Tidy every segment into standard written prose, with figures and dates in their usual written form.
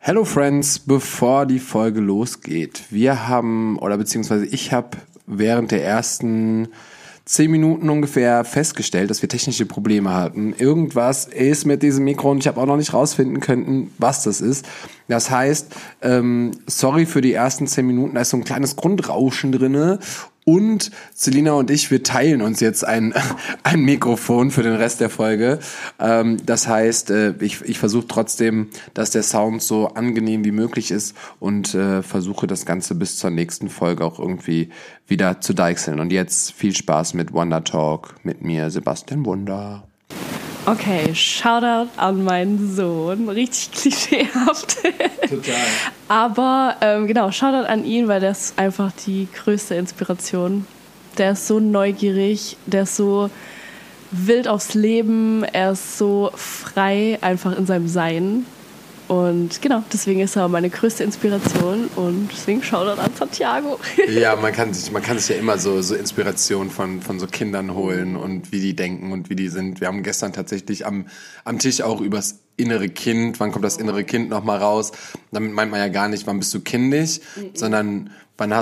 Hello Friends, bevor die Folge losgeht, beziehungsweise ich habe während der ersten 10 Minuten ungefähr festgestellt, dass wir technische Probleme hatten. Irgendwas ist mit diesem Mikro und ich habe auch noch nicht rausfinden können, was das ist. Das heißt, sorry für die ersten 10 Minuten, da ist so ein kleines Grundrauschen drinne. Und Selina und ich, wir teilen uns jetzt ein Mikrofon für den Rest der Folge. Das heißt, ich versuche trotzdem, dass der Sound so angenehm wie möglich ist und versuche das Ganze bis zur nächsten Folge auch irgendwie wieder zu deichseln. Und jetzt viel Spaß mit Wonder Talk mit mir, Sebastian Wunder. Okay, Shoutout an meinen Sohn. Richtig klischeehaft. Total. Aber genau, Shoutout an ihn, weil der ist einfach die größte Inspiration. Der ist so neugierig, der ist so wild aufs Leben, er ist so frei einfach in seinem Sein. Und genau, deswegen ist er meine größte Inspiration und deswegen Shoutout an Santiago. Ja, man kann sich ja immer so Inspiration von so Kindern holen und wie die denken und wie die sind. Wir haben gestern tatsächlich am Tisch auch übers innere Kind, wann kommt das innere Kind nochmal raus? Damit meint man ja gar nicht, wann bist du kindisch, sondern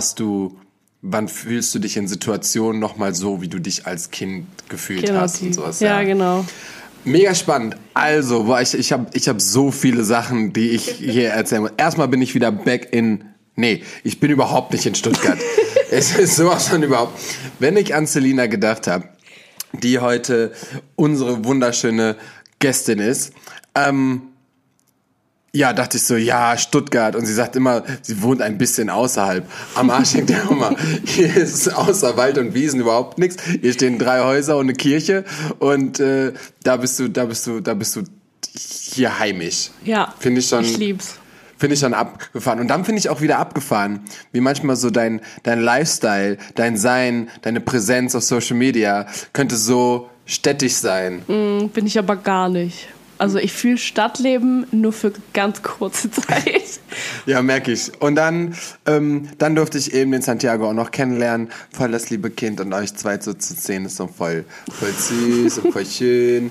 wann fühlst du dich in Situationen nochmal so, wie du dich als Kind gefühlt hast und sowas. Ja, genau. Mega spannend. Also, ich hab so viele Sachen, die ich hier erzählen muss. Erstmal bin ich wieder ich bin überhaupt nicht in Stuttgart. Es ist sowas von überhaupt. Wenn ich an Selina gedacht habe, die heute unsere wunderschöne Gästin ist, dachte ich so, Stuttgart. Und sie sagt immer, sie wohnt ein bisschen außerhalb. Am Arsch denkt der immer, hier ist außer Wald und Wiesen überhaupt nichts. Hier stehen 3 Häuser und eine Kirche. Und da bist du hier heimisch. Ja, ich lieb's. Finde ich schon abgefahren. Und dann finde ich auch wieder abgefahren, wie manchmal so dein Lifestyle, dein Sein, deine Präsenz auf Social Media könnte so städtisch sein. Bin ich aber gar nicht. Also ich fühle Stadtleben nur für ganz kurze Zeit. Ja, merke ich. Und dann durfte ich eben den Santiago auch noch kennenlernen. Voll das liebe Kind. Und euch zwei so zu sehen, ist so voll süß und voll schön.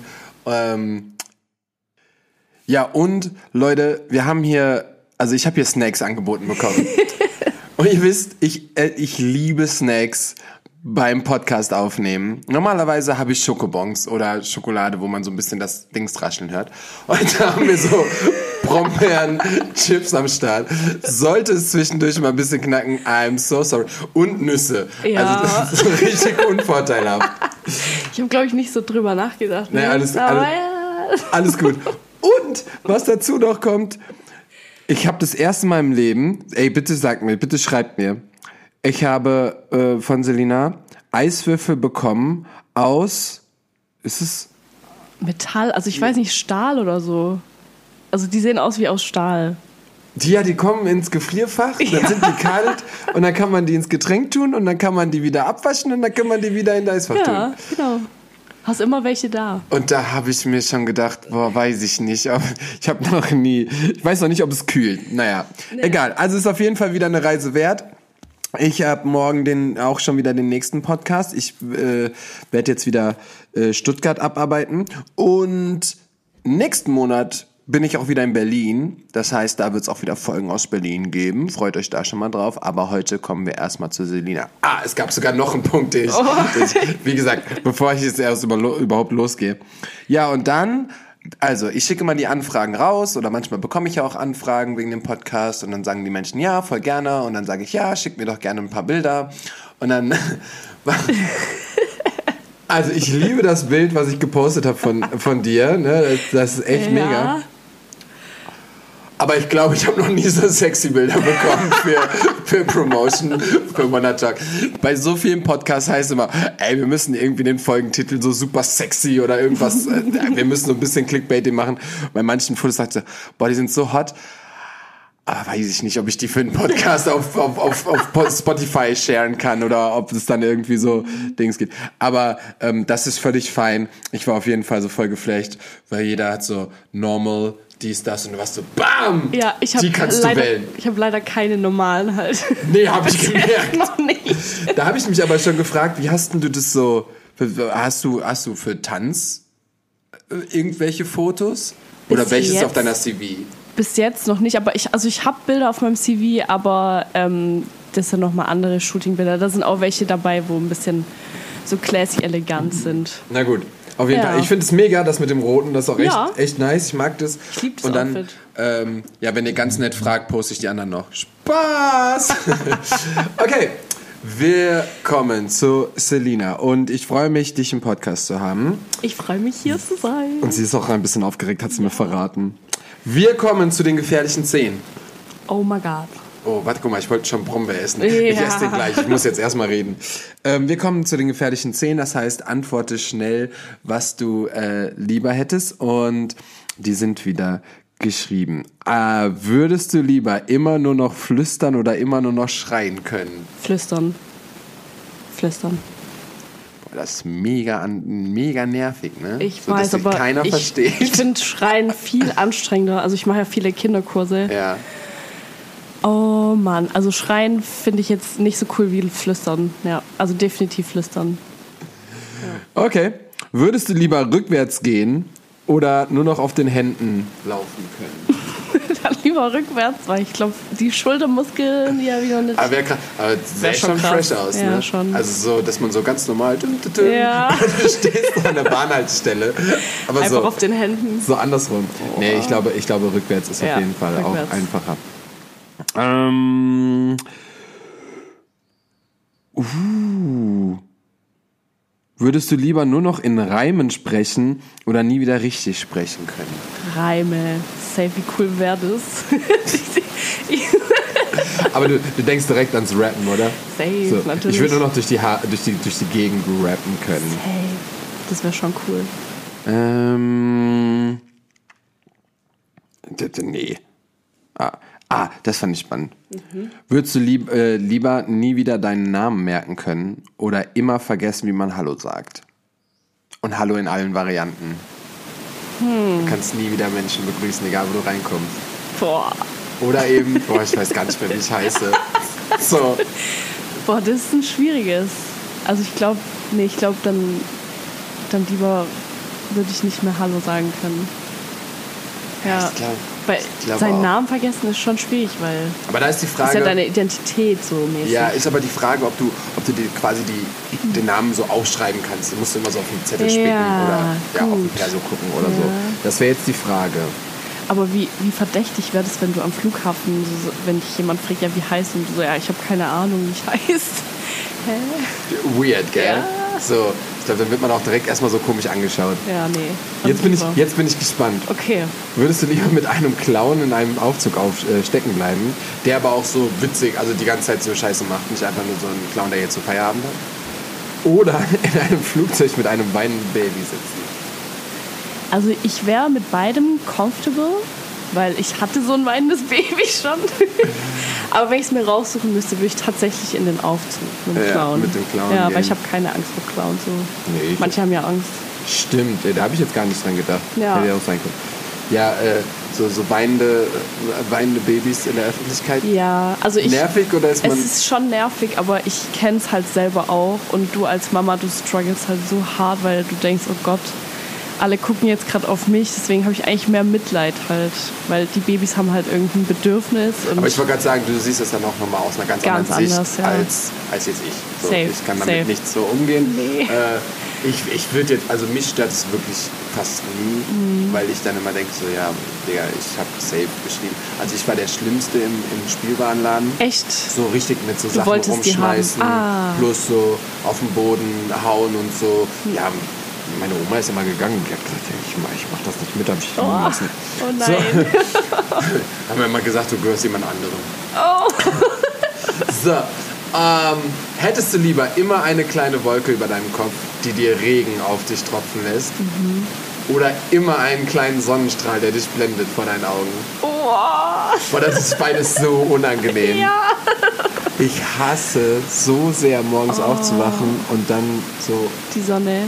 Und Leute, wir haben hier, ich habe hier Snacks angeboten bekommen. Und ihr wisst, ich liebe Snacks beim Podcast aufnehmen. Normalerweise habe ich Schokobons oder Schokolade, wo man so ein bisschen das Dings rascheln hört. Und da haben wir so Brombeeren, Chips am Start. Sollte es zwischendurch mal ein bisschen knacken, I'm so sorry. Und Nüsse. Ja. Also das ist so richtig unvorteilhaft. Ich habe, glaube ich, nicht so drüber nachgedacht. Nee, alles gut. Und was dazu noch kommt, ich habe das erste Mal im Leben, bitte schreibt mir, ich habe von Selina Eiswürfel bekommen aus, ist es? Metall, also ich weiß nicht, Stahl oder so. Also die sehen aus wie aus Stahl. Die kommen ins Gefrierfach, dann sind die kalt und dann kann man die ins Getränk tun und dann kann man die wieder abwaschen und dann kann man die wieder in das Eisfach tun. Ja, genau. Hast immer welche da. Und da habe ich mir schon gedacht, weiß ich nicht. Ich weiß noch nicht, ob es kühlt. Naja, egal. Also ist auf jeden Fall wieder eine Reise wert. Ich habe morgen auch schon wieder den nächsten Podcast. Ich werde jetzt wieder Stuttgart abarbeiten. Und nächsten Monat bin ich auch wieder in Berlin. Das heißt, da wird es auch wieder Folgen aus Berlin geben. Freut euch da schon mal drauf. Aber heute kommen wir erstmal zu Selina. Es gab sogar noch einen Punkt, wie gesagt, bevor ich jetzt erst überhaupt losgehe. Ja, und dann, ich schicke mal die Anfragen raus oder manchmal bekomme ich ja auch Anfragen wegen dem Podcast und dann sagen die Menschen, ja, voll gerne. Und dann sage ich, ja, schick mir doch gerne ein paar Bilder. Und dann... Also ich liebe das Bild, was ich gepostet habe von dir. Ne? Das ist echt mega. Aber ich glaube, ich habe noch nie so sexy Bilder bekommen für Promotion, für Wonder Talk. Bei so vielen Podcasts heißt es immer, wir müssen irgendwie den Folgentitel so super sexy oder irgendwas, wir müssen so ein bisschen Clickbaiting machen. Bei manchen Fotos sagt sie, die sind so hot. Aber weiß ich nicht, ob ich die für einen Podcast auf Spotify sharen kann oder ob es dann irgendwie so Dings gibt. Aber das ist völlig fein. Ich war auf jeden Fall so voll geflasht, weil jeder hat so normal, dies, das und du warst so BAM! Ja, die kannst du wählen. Ich habe leider keine normalen halt. Nee, habe ich gemerkt. Noch nicht. Da habe ich mich aber schon gefragt, wie hast denn du das so, hast du für Tanz irgendwelche Fotos? Oder welches auf deiner CV? bis jetzt noch nicht, aber ich habe Bilder auf meinem CV, aber das sind nochmal andere Shootingbilder. Da sind auch welche dabei, wo ein bisschen so classy elegant sind. Na gut, auf jeden Fall. Ich finde es mega, das mit dem Roten, das ist auch echt nice. Ich mag das. Ich liebe das Und dann, Outfit. Wenn ihr ganz nett fragt, poste ich die anderen noch. Spaß! Okay, wir kommen zu Selina und ich freue mich, dich im Podcast zu haben. Ich freue mich, hier zu sein. Und sie ist auch ein bisschen aufgeregt, hat sie mir verraten. Wir kommen zu den gefährlichen 10. Oh my God. Oh, warte, guck mal, ich wollte schon Brombeer essen. Ja. Ich esse den gleich, ich muss jetzt erstmal reden. Wir kommen zu den gefährlichen 10, das heißt, antworte schnell, was du lieber hättest. Und die sind wieder geschrieben. Würdest du lieber immer nur noch flüstern oder immer nur noch schreien können? Flüstern. Boah, das ist mega nervig, ne? Ich so, weiß, aber keiner versteht. Ich finde Schreien viel anstrengender. Also ich mache ja viele Kinderkurse. Ja. Oh Mann, also Schreien finde ich jetzt nicht so cool wie Flüstern. Ja, also definitiv Flüstern. Ja. Okay. Würdest du lieber rückwärts gehen oder nur noch auf den Händen laufen können? Dann lieber rückwärts, weil ich glaube, die Schultermuskeln, die ja wieder nicht... Aber sähe schon fresh aus, ja, ne? Schon. Also so, dass man so ganz normal... Ja. Du stehst an der Bahnhaltestelle. Aber einfach so, auf den Händen. So andersrum. Oh. Nee, ich glaube rückwärts ist auf jeden Fall rückwärts. Auch einfacher. Würdest du lieber nur noch in Reimen sprechen oder nie wieder richtig sprechen können? Reime. Safe, wie cool wäre das? Aber du denkst direkt ans Rappen, oder? Safe, so. Natürlich. Ich würde nur noch durch die Gegend rappen können. Safe. Das wäre schon cool. Nee. Das fand ich spannend. Würdest du lieber nie wieder deinen Namen merken können oder immer vergessen, wie man Hallo sagt? Und Hallo in allen Varianten. Du kannst nie wieder Menschen begrüßen, egal wo du reinkommst. Boah. Oder eben, ich weiß gar nicht mehr, wie ich heiße. So. Boah, das ist ein schwieriges. Also ich glaube dann lieber würde ich nicht mehr Hallo sagen können. Ja. Weil seinen Namen vergessen ist schon schwierig, weil aber da ist die Frage, das ist ja deine Identität so mäßig. Ja, ist aber die Frage, ob du dir quasi den Namen so aufschreiben kannst. Du musst immer so auf den Zettel spicken oder auf den Perso gucken oder so. Das wäre jetzt die Frage. Aber wie verdächtig wäre das, wenn du am Flughafen, wenn dich jemand fragt, ja, wie heißt und du so, ja, ich habe keine Ahnung, wie ich heiße. Hä? Weird, gell? Ja. So, ich glaube, dann wird man auch direkt erstmal so komisch angeschaut. Ja, nee. Jetzt bin ich gespannt. Okay. Würdest du lieber mit einem Clown in einem Aufzug stecken bleiben, der aber auch so witzig, also die ganze Zeit so Scheiße macht, nicht einfach nur so ein Clown, der jetzt so Feierabend hat? Oder in einem Flugzeug mit einem weinenden Baby sitzen? Also ich wäre mit beidem comfortable, weil ich hatte so ein weinendes Baby schon. Aber wenn ich es mir raussuchen müsste, würde ich tatsächlich in den Aufzug mit dem Clown. Mit dem Clown ja, gehen. Weil ich habe keine Angst vor Clowns. So. Nee, manche haben ja Angst. Stimmt, da habe ich jetzt gar nicht dran gedacht. Ja. Hätte ja auch sein können. Ja, so weinende Babys in der Öffentlichkeit. Ja, also nervig oder ist man... Es ist schon nervig, aber ich kenne es halt selber auch. Und du als Mama, du struggles halt so hart, weil du denkst, oh Gott, alle gucken jetzt gerade auf mich, deswegen habe ich eigentlich mehr Mitleid halt, weil die Babys haben halt irgendein Bedürfnis. Und aber ich wollte gerade sagen, du siehst das dann auch nochmal aus einer ganz anderen Sicht als jetzt ich. So, safe, ich kann damit nicht so umgehen. Nee. Ich würde jetzt, also mich stört es wirklich fast nie, weil ich dann immer denke, so ja, Digga, ich habe safe geschrieben. Also ich war der Schlimmste im Spielwarenladen. Echt? So richtig mit so Sachen rumschmeißen, plus so auf den Boden hauen und so. Ja, meine Oma ist immer gegangen und die hat gesagt, ich mach das nicht mit, hab ich filmen lassen. Oh nein. So. Haben wir immer gesagt, du gehörst jemand anderem. Oh. So, hättest du lieber immer eine kleine Wolke über deinem Kopf, die dir Regen auf dich tropfen lässt? Oder immer einen kleinen Sonnenstrahl, der dich blendet vor deinen Augen? Boah, das ist beides so unangenehm. Ja. Ich hasse so sehr, morgens aufzuwachen und dann so... Die Sonne,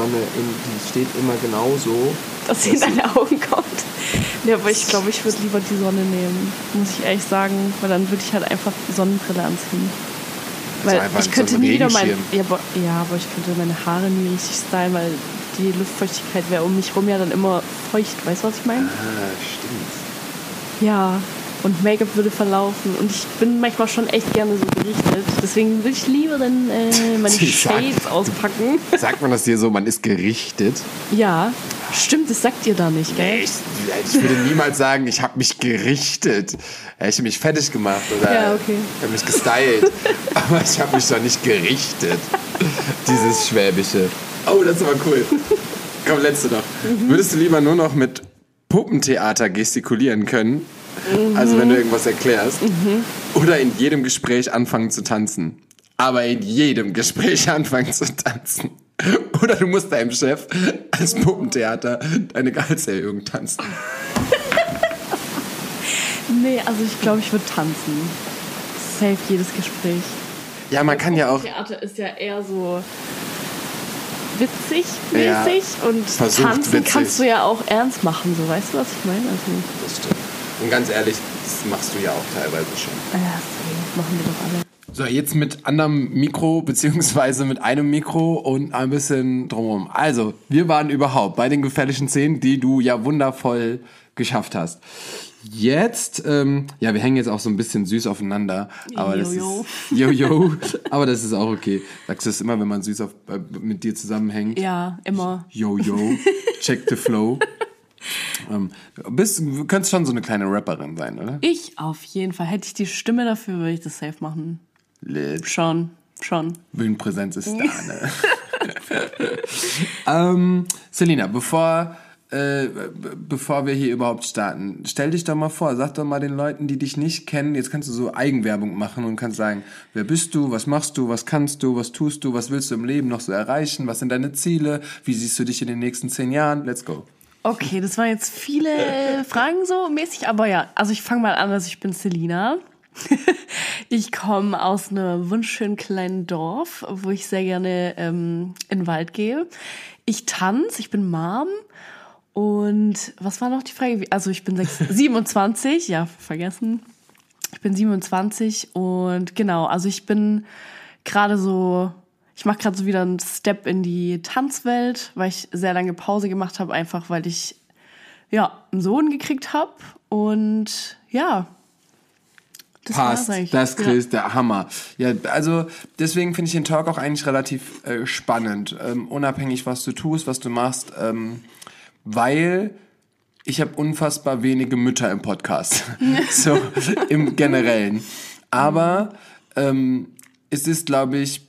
die steht immer genau so. dass sie in deine Augen kommt. Ja, aber ich glaube, ich würde lieber die Sonne nehmen, muss ich ehrlich sagen. Weil dann würde ich halt einfach die Sonnenbrille anziehen. Weil ich könnte nie wieder aber ich könnte meine Haare nie richtig stylen, weil die Luftfeuchtigkeit wäre um mich rum ja dann immer feucht. Weißt du, was ich meine? Ah, stimmt. Ja, und Make-up würde verlaufen. Und ich bin manchmal schon echt gerne so gerichtet. Deswegen würde ich lieber dann meine Shades auspacken. Sagt man das dir so, man ist gerichtet? Ja, stimmt, das sagt ihr da nicht, gell? Ich würde niemals sagen, ich habe mich gerichtet. Ich habe mich fertig gemacht oder ja, okay. Ich habe mich gestylt. Aber ich habe mich doch nicht gerichtet. Dieses Schwäbische. Oh, das ist aber cool. Komm, letzte noch. Würdest du lieber nur noch mit Puppentheater gestikulieren können? Also wenn du irgendwas erklärst. Oder in jedem Gespräch anfangen zu tanzen. Aber in jedem Gespräch anfangen zu tanzen. Oder du musst deinem Chef als Puppentheater deine Gehaltserhöhung tanzen. Nee, also ich glaube, ich würde tanzen. Safe jedes Gespräch. Ja, man kann ja auch... Theater ist ja eher so witzig mäßig und tanzen witzig. Kannst du ja auch ernst machen, so, weißt du, was ich meine? Also, das stimmt. Und ganz ehrlich, das machst du ja auch teilweise schon. Ja, das machen wir doch alle. So, jetzt mit anderem Mikro, beziehungsweise mit einem Mikro und ein bisschen drumherum. Also, wir waren überhaupt bei den gefährlichen Szenen, die du ja wundervoll geschafft hast. Jetzt, ja, wir hängen jetzt auch so ein bisschen süß aufeinander, aber das ist, aber das ist auch okay. Sagst du das immer, wenn man süß mit dir zusammenhängt? Ja, immer. Check the flow. Du könntest schon so eine kleine Rapperin sein, oder? Ich auf jeden Fall. Hätte ich die Stimme dafür, würde ich das safe machen. Lit. Schon. Bühnenpräsenz ist da, ne? Selina, bevor wir hier überhaupt starten, stell dich doch mal vor, sag doch mal den Leuten, die dich nicht kennen, jetzt kannst du so Eigenwerbung machen und kannst sagen, wer bist du, was machst du, was kannst du, was tust du, was willst du im Leben noch so erreichen, was sind deine Ziele, wie siehst du dich in den nächsten 10 Jahren, let's go. Okay, das waren jetzt viele Fragen so mäßig, aber ja, also ich fange mal an, also ich bin Selina. Ich komme aus einem wunderschönen kleinen Dorf, wo ich sehr gerne in den Wald gehe. Ich tanze, ich bin Mom. Und was war noch die Frage? Also ich bin 27, ja, vergessen. Ich bin 27 und genau, also ich bin gerade so, ich mache gerade so wieder einen Step in die Tanzwelt, weil ich sehr lange Pause gemacht habe, einfach weil ich, ja, einen Sohn gekriegt habe und ja, das passt, das ist der Hammer. Ja, also deswegen finde ich den Talk auch eigentlich relativ spannend, unabhängig was du tust, was du machst, weil ich habe unfassbar wenige Mütter im Podcast, so im Generellen. Aber es ist, glaube ich,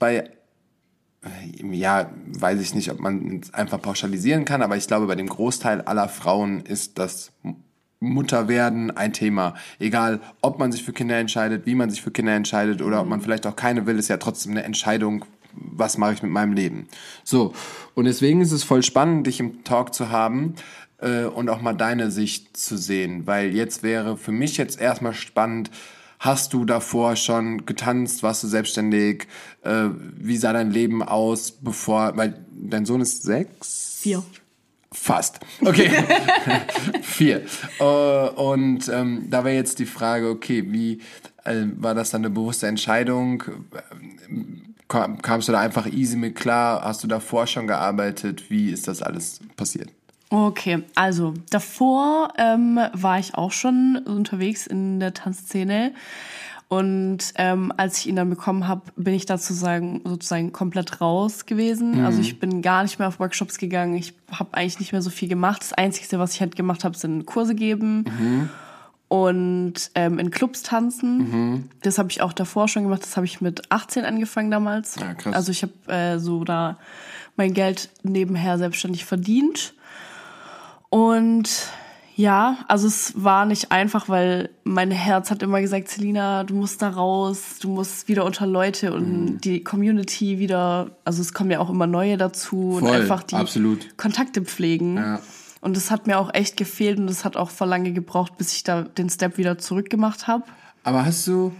ja, weiß ich nicht, ob man es einfach pauschalisieren kann, aber ich glaube, bei dem Großteil aller Frauen ist das Mutterwerden ein Thema. Egal, ob man sich für Kinder entscheidet, wie man sich für Kinder entscheidet oder ob man vielleicht auch keine will, ist ja trotzdem eine Entscheidung, was mache ich mit meinem Leben. So, und deswegen ist es voll spannend, dich im Talk zu haben und auch mal deine Sicht zu sehen, weil jetzt wäre für mich jetzt erstmal spannend, hast du davor schon getanzt, warst du selbstständig, wie sah dein Leben aus, weil dein Sohn ist 6? 4. Fast. Okay. 4. Und da wäre jetzt die Frage, okay, wie war das dann eine bewusste Entscheidung? Kamst du da einfach easy mit klar? Hast du davor schon gearbeitet? Wie ist das alles passiert? Okay, also davor war ich auch schon unterwegs in der Tanzszene. Und als ich ihn dann bekommen habe, bin ich sozusagen komplett raus gewesen. Also ich bin gar nicht mehr auf Workshops gegangen. Ich habe eigentlich nicht mehr so viel gemacht. Das Einzige, was ich halt gemacht habe, sind Kurse geben und in Clubs tanzen. Das habe ich auch davor schon gemacht. Das habe ich mit 18 angefangen damals. Ja, krass. Also ich habe so da mein Geld nebenher selbstständig verdient. Und ja, also es war nicht einfach, weil mein Herz hat immer gesagt, Selina, du musst da raus, du musst wieder unter Leute und die Community wieder, also es kommen ja auch immer neue dazu. Voll, und einfach die absolut. Kontakte pflegen. Ja. Und das hat mir auch echt gefehlt und das hat auch voll lange gebraucht, bis ich da den Step wieder zurückgemacht habe. Aber hast du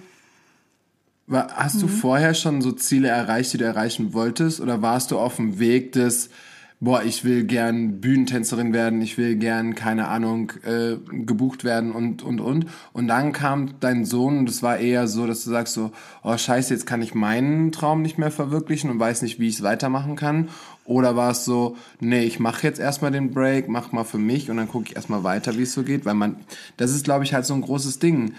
vorher schon so Ziele erreicht, die du erreichen wolltest, oder warst du auf dem Weg des ich will gern Bühnentänzerin werden, ich will gern, keine Ahnung, gebucht werden und. Und dann kam dein Sohn und es war eher so, dass du sagst so, oh scheiße, jetzt kann ich meinen Traum nicht mehr verwirklichen und weiß nicht, wie ich es weitermachen kann. Oder war es so, nee, ich mache jetzt erstmal den Break, mach mal für mich und dann gucke ich erstmal weiter, wie es so geht. Weil das ist, glaube ich, halt so ein großes Ding.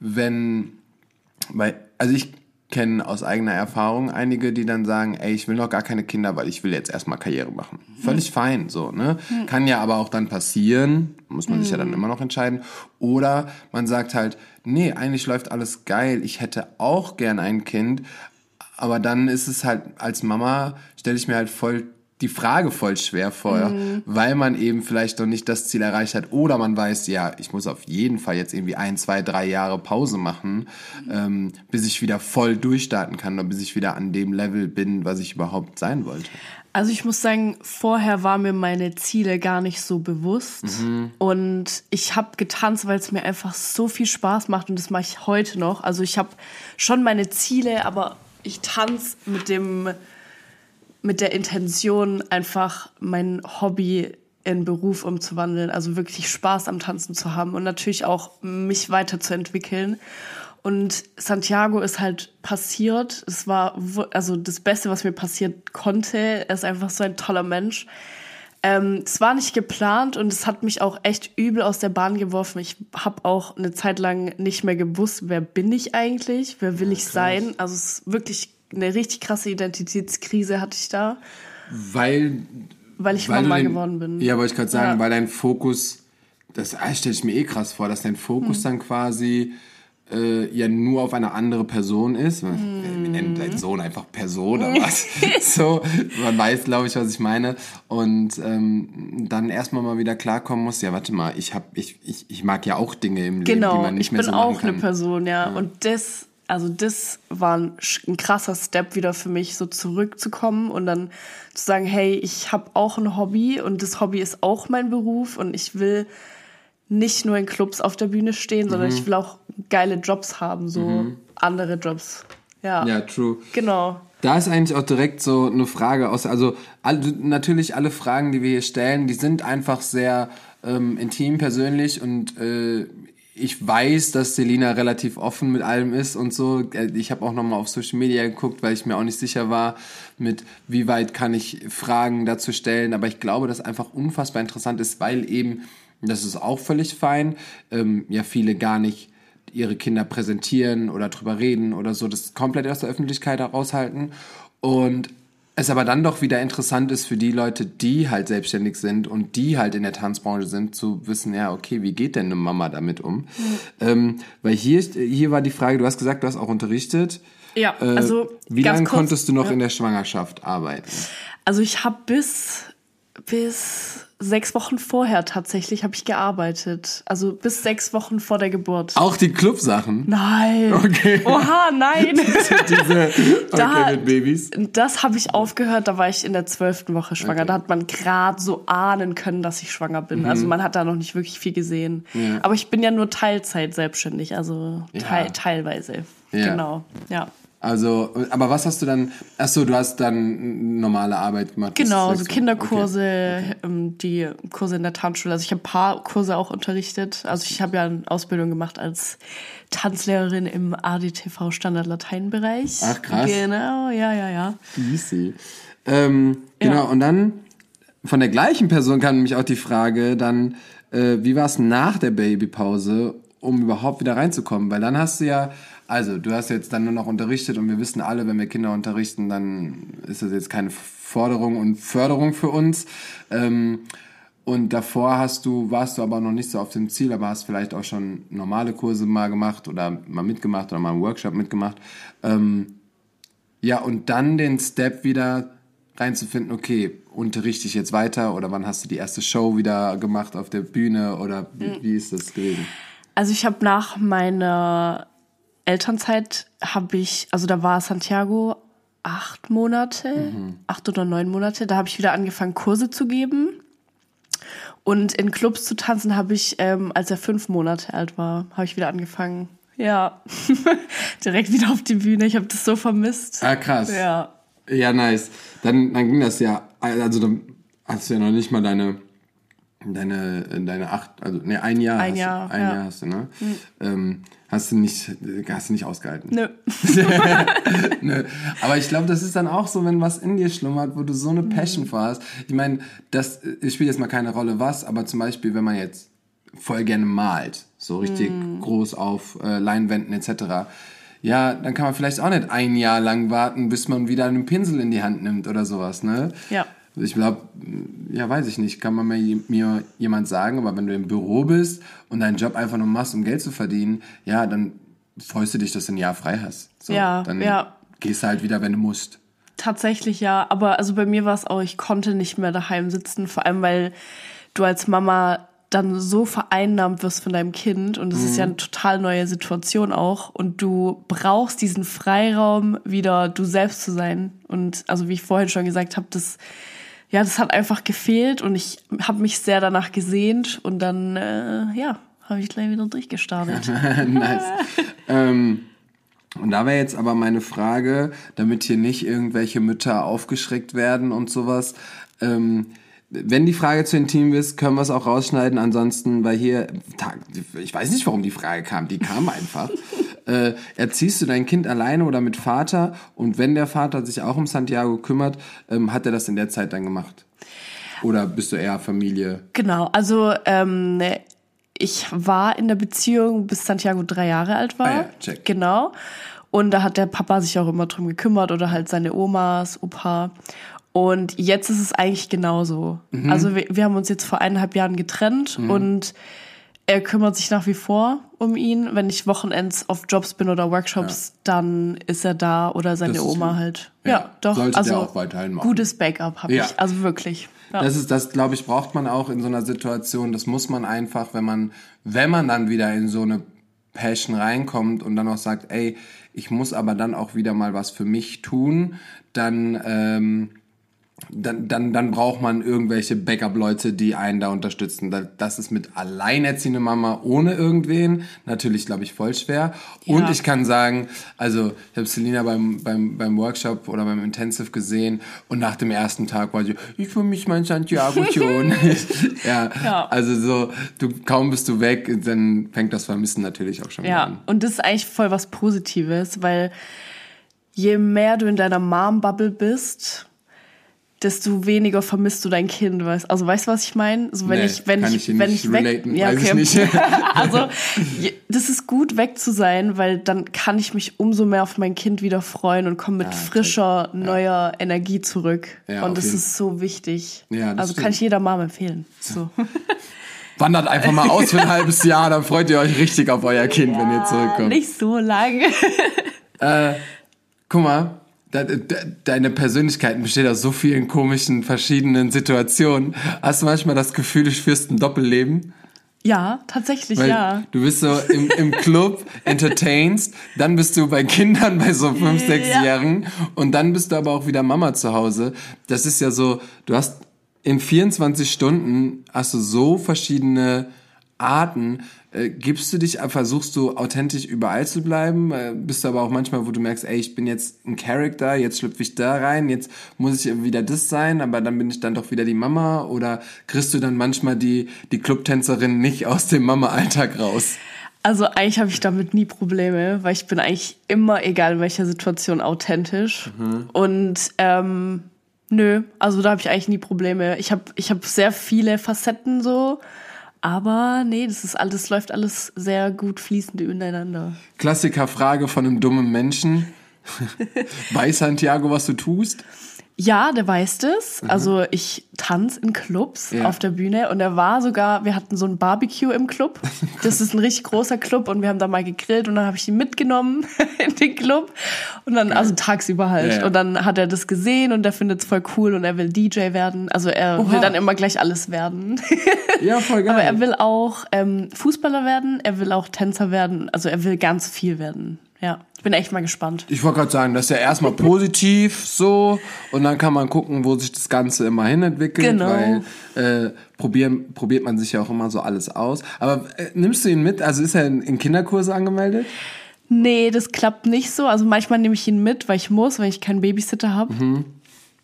Also ich kenne aus eigener Erfahrung einige, die dann sagen, ey, ich will noch gar keine Kinder, weil ich will jetzt erstmal Karriere machen. Völlig fein, so, ne? Kann ja aber auch dann passieren, muss man sich ja dann immer noch entscheiden. Oder man sagt halt, nee, eigentlich läuft alles geil, ich hätte auch gern ein Kind, aber dann ist es halt, als Mama stelle ich mir halt die Frage voll schwer vor, weil man eben vielleicht noch nicht das Ziel erreicht hat oder man weiß, ja, ich muss auf jeden Fall jetzt irgendwie 1, 2, 3 Jahre Pause machen, bis ich wieder voll durchstarten kann oder bis ich wieder an dem Level bin, was ich überhaupt sein wollte. Also ich muss sagen, vorher waren mir meine Ziele gar nicht so bewusst und ich habe getanzt, weil es mir einfach so viel Spaß macht und das mache ich heute noch. Also ich habe schon meine Ziele, aber ich tanze mit der Intention, einfach mein Hobby in Beruf umzuwandeln, also wirklich Spaß am Tanzen zu haben und natürlich auch mich weiterzuentwickeln. Und Santiago ist halt passiert. Es war also das Beste, was mir passiert konnte. Er ist einfach so ein toller Mensch. Es war nicht geplant und es hat mich auch echt übel aus der Bahn geworfen. Ich habe auch eine Zeit lang nicht mehr gewusst, wer bin ich eigentlich, wer will ich sein. Also es ist wirklich eine richtig krasse Identitätskrise hatte ich da. Weil ich Mama geworden bin. Ja, wollte ich gerade sagen, weil dein Fokus, das stelle ich mir krass vor, dass dein Fokus dann quasi ja nur auf eine andere Person ist. Wir nennen deinen Sohn einfach Person oder was. So, man weiß, glaube ich, was ich meine. Und dann erstmal mal wieder klarkommen muss, ja, warte mal, ich mag ja auch Dinge im Leben, die man nicht mehr so machen kann. Genau, ich bin auch eine Person, ja. Und das war ein krasser Step wieder für mich, so zurückzukommen und dann zu sagen, hey, ich habe auch ein Hobby und das Hobby ist auch mein Beruf und ich will nicht nur in Clubs auf der Bühne stehen, sondern ich will auch geile Jobs haben, so andere Jobs. Ja, true. Genau. Da ist eigentlich auch direkt so eine Frage natürlich alle Fragen, die wir hier stellen, die sind einfach sehr intim, persönlich und ich weiß, dass Selina relativ offen mit allem ist und so. Ich habe auch nochmal auf Social Media geguckt, weil ich mir auch nicht sicher war, mit wie weit kann ich Fragen dazu stellen. Aber ich glaube, dass einfach unfassbar interessant ist, weil eben, das ist auch völlig fein, ja viele gar nicht ihre Kinder präsentieren oder drüber reden oder so, das komplett aus der Öffentlichkeit heraushalten. Und es aber dann doch wieder interessant ist für die Leute, die halt selbstständig sind und die halt in der Tanzbranche sind, zu wissen, ja, okay, wie geht denn eine Mama damit um? Weil hier war die Frage, du hast gesagt, du hast auch unterrichtet. Ja, also wie lange konntest du noch in der Schwangerschaft arbeiten? Also ich habe bis 6 Wochen vorher tatsächlich habe ich gearbeitet. Also bis 6 Wochen vor der Geburt. Auch die Clubsachen? Nein. Okay. Oha, nein. Mit Babys? Das habe ich aufgehört, da war ich in der 12. Woche schwanger. Okay. Da hat man gerade so ahnen können, dass ich schwanger bin. Also man hat da noch nicht wirklich viel gesehen. Ja. Aber ich bin ja nur Teilzeit selbstständig, also teilweise. Ja. Genau, ja. Also, aber was hast du dann, du hast dann normale Arbeit gemacht? Genau, so Kinderkurse, okay. Die Kurse in der Tanzschule. Also ich habe ein paar Kurse auch unterrichtet. Also ich habe ja eine Ausbildung gemacht als Tanzlehrerin im ADTV Standard Lateinbereich. Ach krass. Genau, ja. Easy. Genau, und dann von der gleichen Person kam nämlich auch die Frage dann, wie war es nach der Babypause, um überhaupt wieder reinzukommen? Weil dann hast du ja, also du hast jetzt dann nur noch unterrichtet und wir wissen alle, wenn wir Kinder unterrichten, dann ist das jetzt keine Forderung und Förderung für uns. Und davor warst du aber noch nicht so auf dem Ziel, aber hast vielleicht auch schon normale Kurse mal gemacht oder mal mitgemacht oder mal einen Workshop mitgemacht. Ja, und dann den Step wieder reinzufinden, okay, unterrichte ich jetzt weiter oder wann hast du die erste Show wieder gemacht auf der Bühne oder wie ist das gewesen? Also ich habe nach meiner Elternzeit da war Santiago 8 Monate, 8 oder 9 Monate, da habe ich wieder angefangen Kurse zu geben und in Clubs zu tanzen habe ich, als er 5 Monate alt war, habe ich wieder angefangen. Ja, direkt wieder auf die Bühne, ich habe das so vermisst. Ah, krass. Ja. Ja, nice. Dann ging das ja, also hast du ja noch nicht mal deine 8, also ne, ein Jahr hast du, ne? Hast du nicht ausgehalten. Nö. Nö. Aber ich glaube, das ist dann auch so, wenn was in dir schlummert, wo du so eine Passion vor hast. Ich meine, das spielt jetzt mal keine Rolle was, aber zum Beispiel, wenn man jetzt voll gerne malt, so richtig groß auf Leinwänden etc., ja, dann kann man vielleicht auch nicht ein Jahr lang warten, bis man wieder einen Pinsel in die Hand nimmt oder sowas, ne? Ja. Ich glaube, ja, weiß ich nicht, kann man mir jemand sagen, aber wenn du im Büro bist und deinen Job einfach nur machst, um Geld zu verdienen, ja, dann freust du dich, dass du ein Jahr frei hast. So, dann gehst du halt wieder, wenn du musst. Tatsächlich ja, aber also bei mir war es auch, ich konnte nicht mehr daheim sitzen, vor allem weil du als Mama dann so vereinnahmt wirst von deinem Kind und das ist ja eine total neue Situation auch und du brauchst diesen Freiraum, wieder du selbst zu sein und also wie ich vorhin schon gesagt habe, das hat einfach gefehlt und ich habe mich sehr danach gesehnt und dann, habe ich gleich wieder durchgestartet. Nice. Und da wäre jetzt aber meine Frage, damit hier nicht irgendwelche Mütter aufgeschreckt werden und sowas, wenn die Frage zu intim ist, können wir es auch rausschneiden. Ansonsten, weil hier, ich weiß nicht, warum die Frage kam, die kam einfach. Erziehst du dein Kind alleine oder mit Vater? Und wenn der Vater sich auch um Santiago kümmert, hat er das in der Zeit dann gemacht? Oder bist du eher Familie? Genau, also ich war in der Beziehung, bis Santiago 3 Jahre alt war. Ah ja, check. Genau. Und da hat der Papa sich auch immer drum gekümmert oder halt seine Omas, Opa. Und jetzt ist es eigentlich genauso. Also wir haben uns jetzt vor 1,5 Jahren getrennt und er kümmert sich nach wie vor um ihn. Wenn ich Wochenends auf Jobs bin oder Workshops, dann ist er da oder seine Oma halt. Ja, doch. Sollte also der auch weiterhin machen. Gutes Backup habe ich, also wirklich. Ja. Das glaube ich, braucht man auch in so einer Situation. Das muss man einfach, wenn man dann wieder in so eine Passion reinkommt und dann auch sagt, ey, ich muss aber dann auch wieder mal was für mich tun, dann braucht man irgendwelche Backup-Leute, die einen da unterstützen. Das ist mit alleinerziehender Mama ohne irgendwen natürlich, glaube ich, voll schwer. Ja. Und ich kann sagen, also ich habe Selina beim Workshop oder beim Intensive gesehen und nach dem ersten Tag war ich vermisse mein Santiago schon. ja, also so, kaum bist du weg, dann fängt das Vermissen natürlich auch schon wieder an. Ja, und das ist eigentlich voll was Positives, weil je mehr du in deiner Mom-Bubble bist, desto weniger vermisst du dein Kind, weißt? Also weißt du, was ich meine? So wenn ich weg, ja, okay. Ich nicht. Also das ist gut, weg zu sein, weil dann kann ich mich umso mehr auf mein Kind wieder freuen und komme mit frischer, neuer Energie zurück. Ja, und das ist so wichtig. Ja, also stimmt. Kann ich jeder Mom empfehlen. So. Wandert einfach mal aus für ein halbes Jahr, dann freut ihr euch richtig auf euer Kind, wenn ihr zurückkommt. Nicht so lange. Guck mal. Deine Persönlichkeit besteht aus so vielen komischen, verschiedenen Situationen. Hast du manchmal das Gefühl, du führst ein Doppelleben? Ja, tatsächlich, weil ja. Du bist so im Club, entertainst, dann bist du bei Kindern, bei so 5-, 6-Jährigen und dann bist du aber auch wieder Mama zu Hause. Das ist ja so, du hast in 24 Stunden hast du so verschiedene Arten. Versuchst du authentisch überall zu bleiben? Bist du aber auch manchmal, wo du merkst, ey, ich bin jetzt ein Charakter, jetzt schlüpfe ich da rein, jetzt muss ich wieder das sein, aber dann bin ich dann doch wieder die Mama? Oder kriegst du dann manchmal die Clubtänzerin nicht aus dem Mama-Alltag raus? Also eigentlich habe ich damit nie Probleme, weil ich bin eigentlich immer, egal in welcher Situation, authentisch. Und nö, also da habe ich eigentlich nie Probleme. Ich hab sehr viele Facetten so. Aber nee, das läuft alles sehr gut fließend ineinander. Klassikerfrage von einem dummen Menschen. Weiß Santiago, was du tust? Ja, der weiß das. Also ich tanze in Clubs auf der Bühne und wir hatten so ein Barbecue im Club. Das ist ein richtig großer Club und wir haben da mal gegrillt und dann habe ich ihn mitgenommen in den Club und dann, also tagsüber halt. Ja. Und dann hat er das gesehen und der findet es voll cool und er will DJ werden. Also er will dann immer gleich alles werden. Ja, voll geil. Aber er will auch Fußballer werden, er will auch Tänzer werden, also er will ganz viel werden. Ja, ich bin echt mal gespannt. Ich wollte gerade sagen, das ist ja erstmal positiv so und dann kann man gucken, wo sich das Ganze immer hin entwickelt, genau. Weil probiert man sich ja auch immer so alles aus. Aber nimmst du ihn mit? Also ist er in Kinderkurse angemeldet? Nee, das klappt nicht so. Also manchmal nehme ich ihn mit, weil ich keinen Babysitter habe.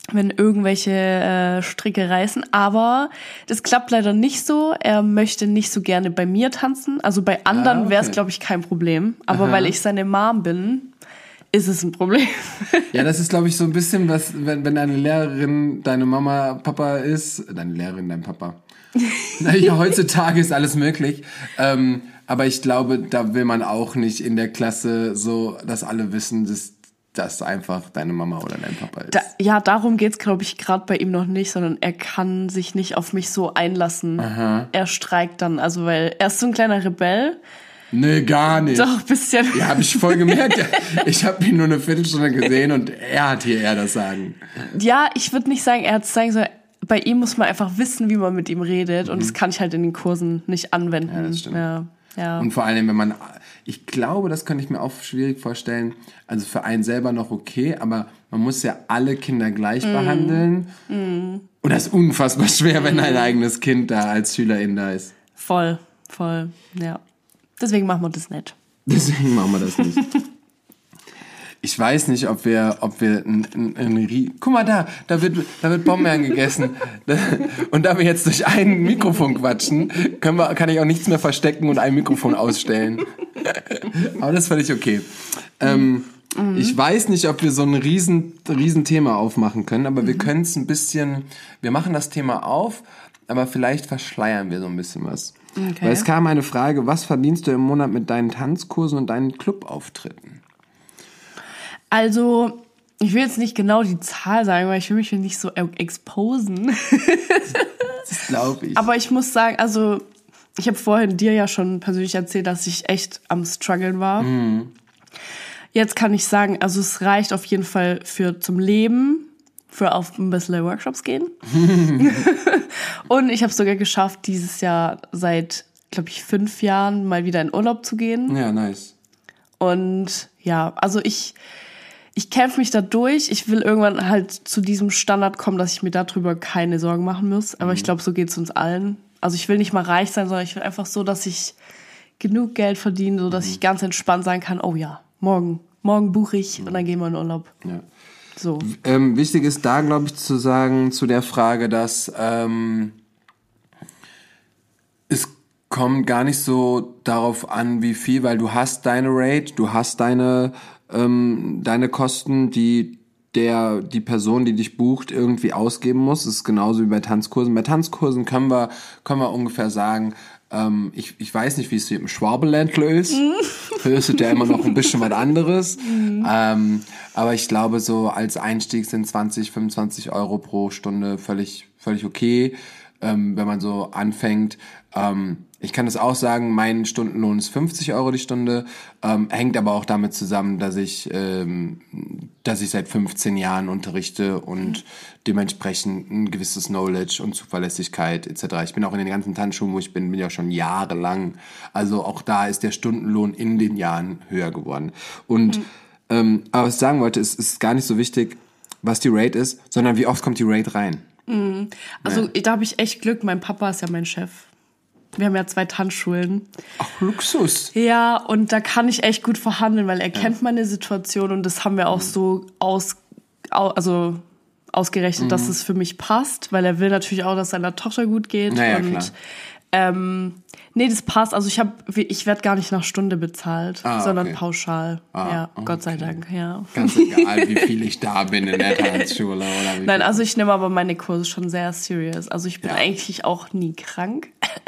wenn irgendwelche Stricke reißen. Aber das klappt leider nicht so. Er möchte nicht so gerne bei mir tanzen. Also bei anderen wäre es, glaube ich, kein Problem. Aber weil ich seine Mom bin, ist es ein Problem. Ja, das ist, glaube ich, so ein bisschen was, wenn deine Lehrerin deine Mama, Papa ist, deine Lehrerin, dein Papa. Ja, heutzutage ist alles möglich. Aber ich glaube, da will man auch nicht in der Klasse so, dass alle wissen, dass das einfach deine Mama oder dein Papa ist. Darum geht's, glaube ich, gerade bei ihm noch nicht, sondern er kann sich nicht auf mich so einlassen. Aha. Er streikt dann, also weil er ist so ein kleiner Rebell. Nee, gar nicht. Doch, ein bisschen. Ja, habe ich voll gemerkt. Ich habe ihn nur eine Viertelstunde gesehen und er hat hier eher das Sagen. Ja, ich würde nicht sagen, er hat es sagen sollen. Bei ihm muss man einfach wissen, wie man mit ihm redet. Und das kann ich halt in den Kursen nicht anwenden. Ja, das stimmt. Ja. Und vor allem, wenn man, ich glaube, das könnte ich mir auch schwierig vorstellen, also für einen selber noch okay, aber man muss ja alle Kinder gleich behandeln. Und das ist unfassbar schwer, wenn ein eigenes Kind da als Schülerin da ist. Voll, ja. Deswegen machen wir das nicht. Deswegen machen wir das nicht. Ich weiß nicht, ob wir guck mal da wird Bombeeren gegessen. Und da wir jetzt durch ein Mikrofon quatschen, kann ich auch nichts mehr verstecken und ein Mikrofon ausstellen. Aber das ist völlig okay. Ich weiß nicht, ob wir so ein riesen Thema aufmachen können, aber wir können es ein bisschen, wir machen das Thema auf, aber vielleicht verschleiern wir so ein bisschen was. Okay. Weil es kam eine Frage, was verdienst du im Monat mit deinen Tanzkursen und deinen Clubauftritten? Also, ich will jetzt nicht genau die Zahl sagen, weil ich will mich nicht so exposen. Das glaube ich. Aber ich muss sagen, also, ich habe vorhin dir ja schon persönlich erzählt, dass ich echt am Struggeln war. Jetzt kann ich sagen, also es reicht auf jeden Fall zum Leben, für auf ein bisschen Workshops gehen. Und ich habe es sogar geschafft, dieses Jahr seit, glaube ich, 5 Jahren mal wieder in Urlaub zu gehen. Ja, nice. Und ja, also ich kämpfe mich da durch. Ich will irgendwann halt zu diesem Standard kommen, dass ich mir darüber keine Sorgen machen muss. Aber ich glaube, so geht's uns allen. Also ich will nicht mal reich sein, sondern ich will einfach so, dass ich genug Geld verdiene, so dass ich ganz entspannt sein kann. Oh ja, morgen buche ich und dann gehen wir in Urlaub. Ja. So. Wichtig ist da, glaube ich, zu sagen, zu der Frage, dass es kommt gar nicht so darauf an, wie viel, weil du hast deine Rate, du hast deine Kosten, die die Person, die dich bucht, irgendwie ausgeben muss. Das ist genauso wie bei Tanzkursen. Bei Tanzkursen können wir ungefähr sagen, ich weiß nicht, wie es hier im Schwabeländle ist. Hier ist es ja immer noch ein bisschen was anderes. Aber ich glaube, so als Einstieg sind 20, 25 Euro pro Stunde völlig okay, wenn man so anfängt. Ich kann das auch sagen, mein Stundenlohn ist 50 Euro die Stunde, hängt aber auch damit zusammen, dass ich seit 15 Jahren unterrichte und dementsprechend ein gewisses Knowledge und Zuverlässigkeit etc. Ich bin auch in den ganzen Tanzschulen, wo ich bin ja schon jahrelang. Also auch da ist der Stundenlohn in den Jahren höher geworden. Und aber was ich sagen wollte, ist gar nicht so wichtig, was die Rate ist, sondern wie oft kommt die Rate rein. Also da habe ich echt Glück, mein Papa ist ja mein Chef. Wir haben ja 2 Tanzschulen. Ach, Luxus. Ja, und da kann ich echt gut verhandeln, weil er kennt meine Situation und das haben wir auch so ausgerechnet, dass es für mich passt, weil er will natürlich auch, dass seiner Tochter gut geht. Naja, und klar. nee, das passt. Also ich werde gar nicht nach Stunde bezahlt, sondern pauschal. Ja, okay. Gott sei Dank, ja. Ganz egal, wie viel ich da bin in der Tanzschule. Oder wie Nein, also ich nehme aber meine Kurse schon sehr serious. Also ich bin eigentlich auch nie krank.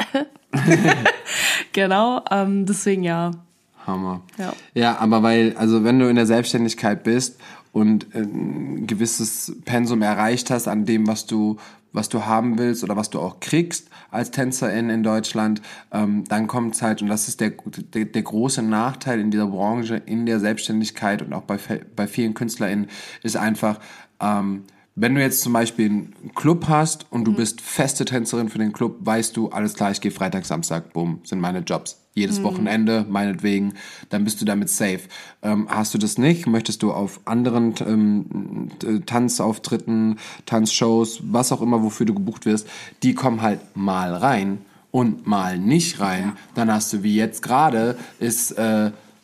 Genau, deswegen ja. Hammer. Ja, aber wenn du in der Selbstständigkeit bist und ein gewisses Pensum erreicht hast an dem, was du haben willst oder was du auch kriegst als Tänzerin in Deutschland, dann kommt's halt, und das ist der große Nachteil in dieser Branche, in der Selbstständigkeit und auch bei vielen KünstlerInnen, ist einfach, wenn du jetzt zum Beispiel einen Club hast und du bist feste Tänzerin für den Club, weißt du, alles klar, ich gehe Freitag, Samstag, bumm, sind meine Jobs. Jedes Wochenende, meinetwegen, dann bist du damit safe. Hast du das nicht, möchtest du auf anderen Tanzauftritten, Tanzshows, was auch immer, wofür du gebucht wirst, die kommen halt mal rein und mal nicht rein. Ja. Dann hast du, wie jetzt gerade, ist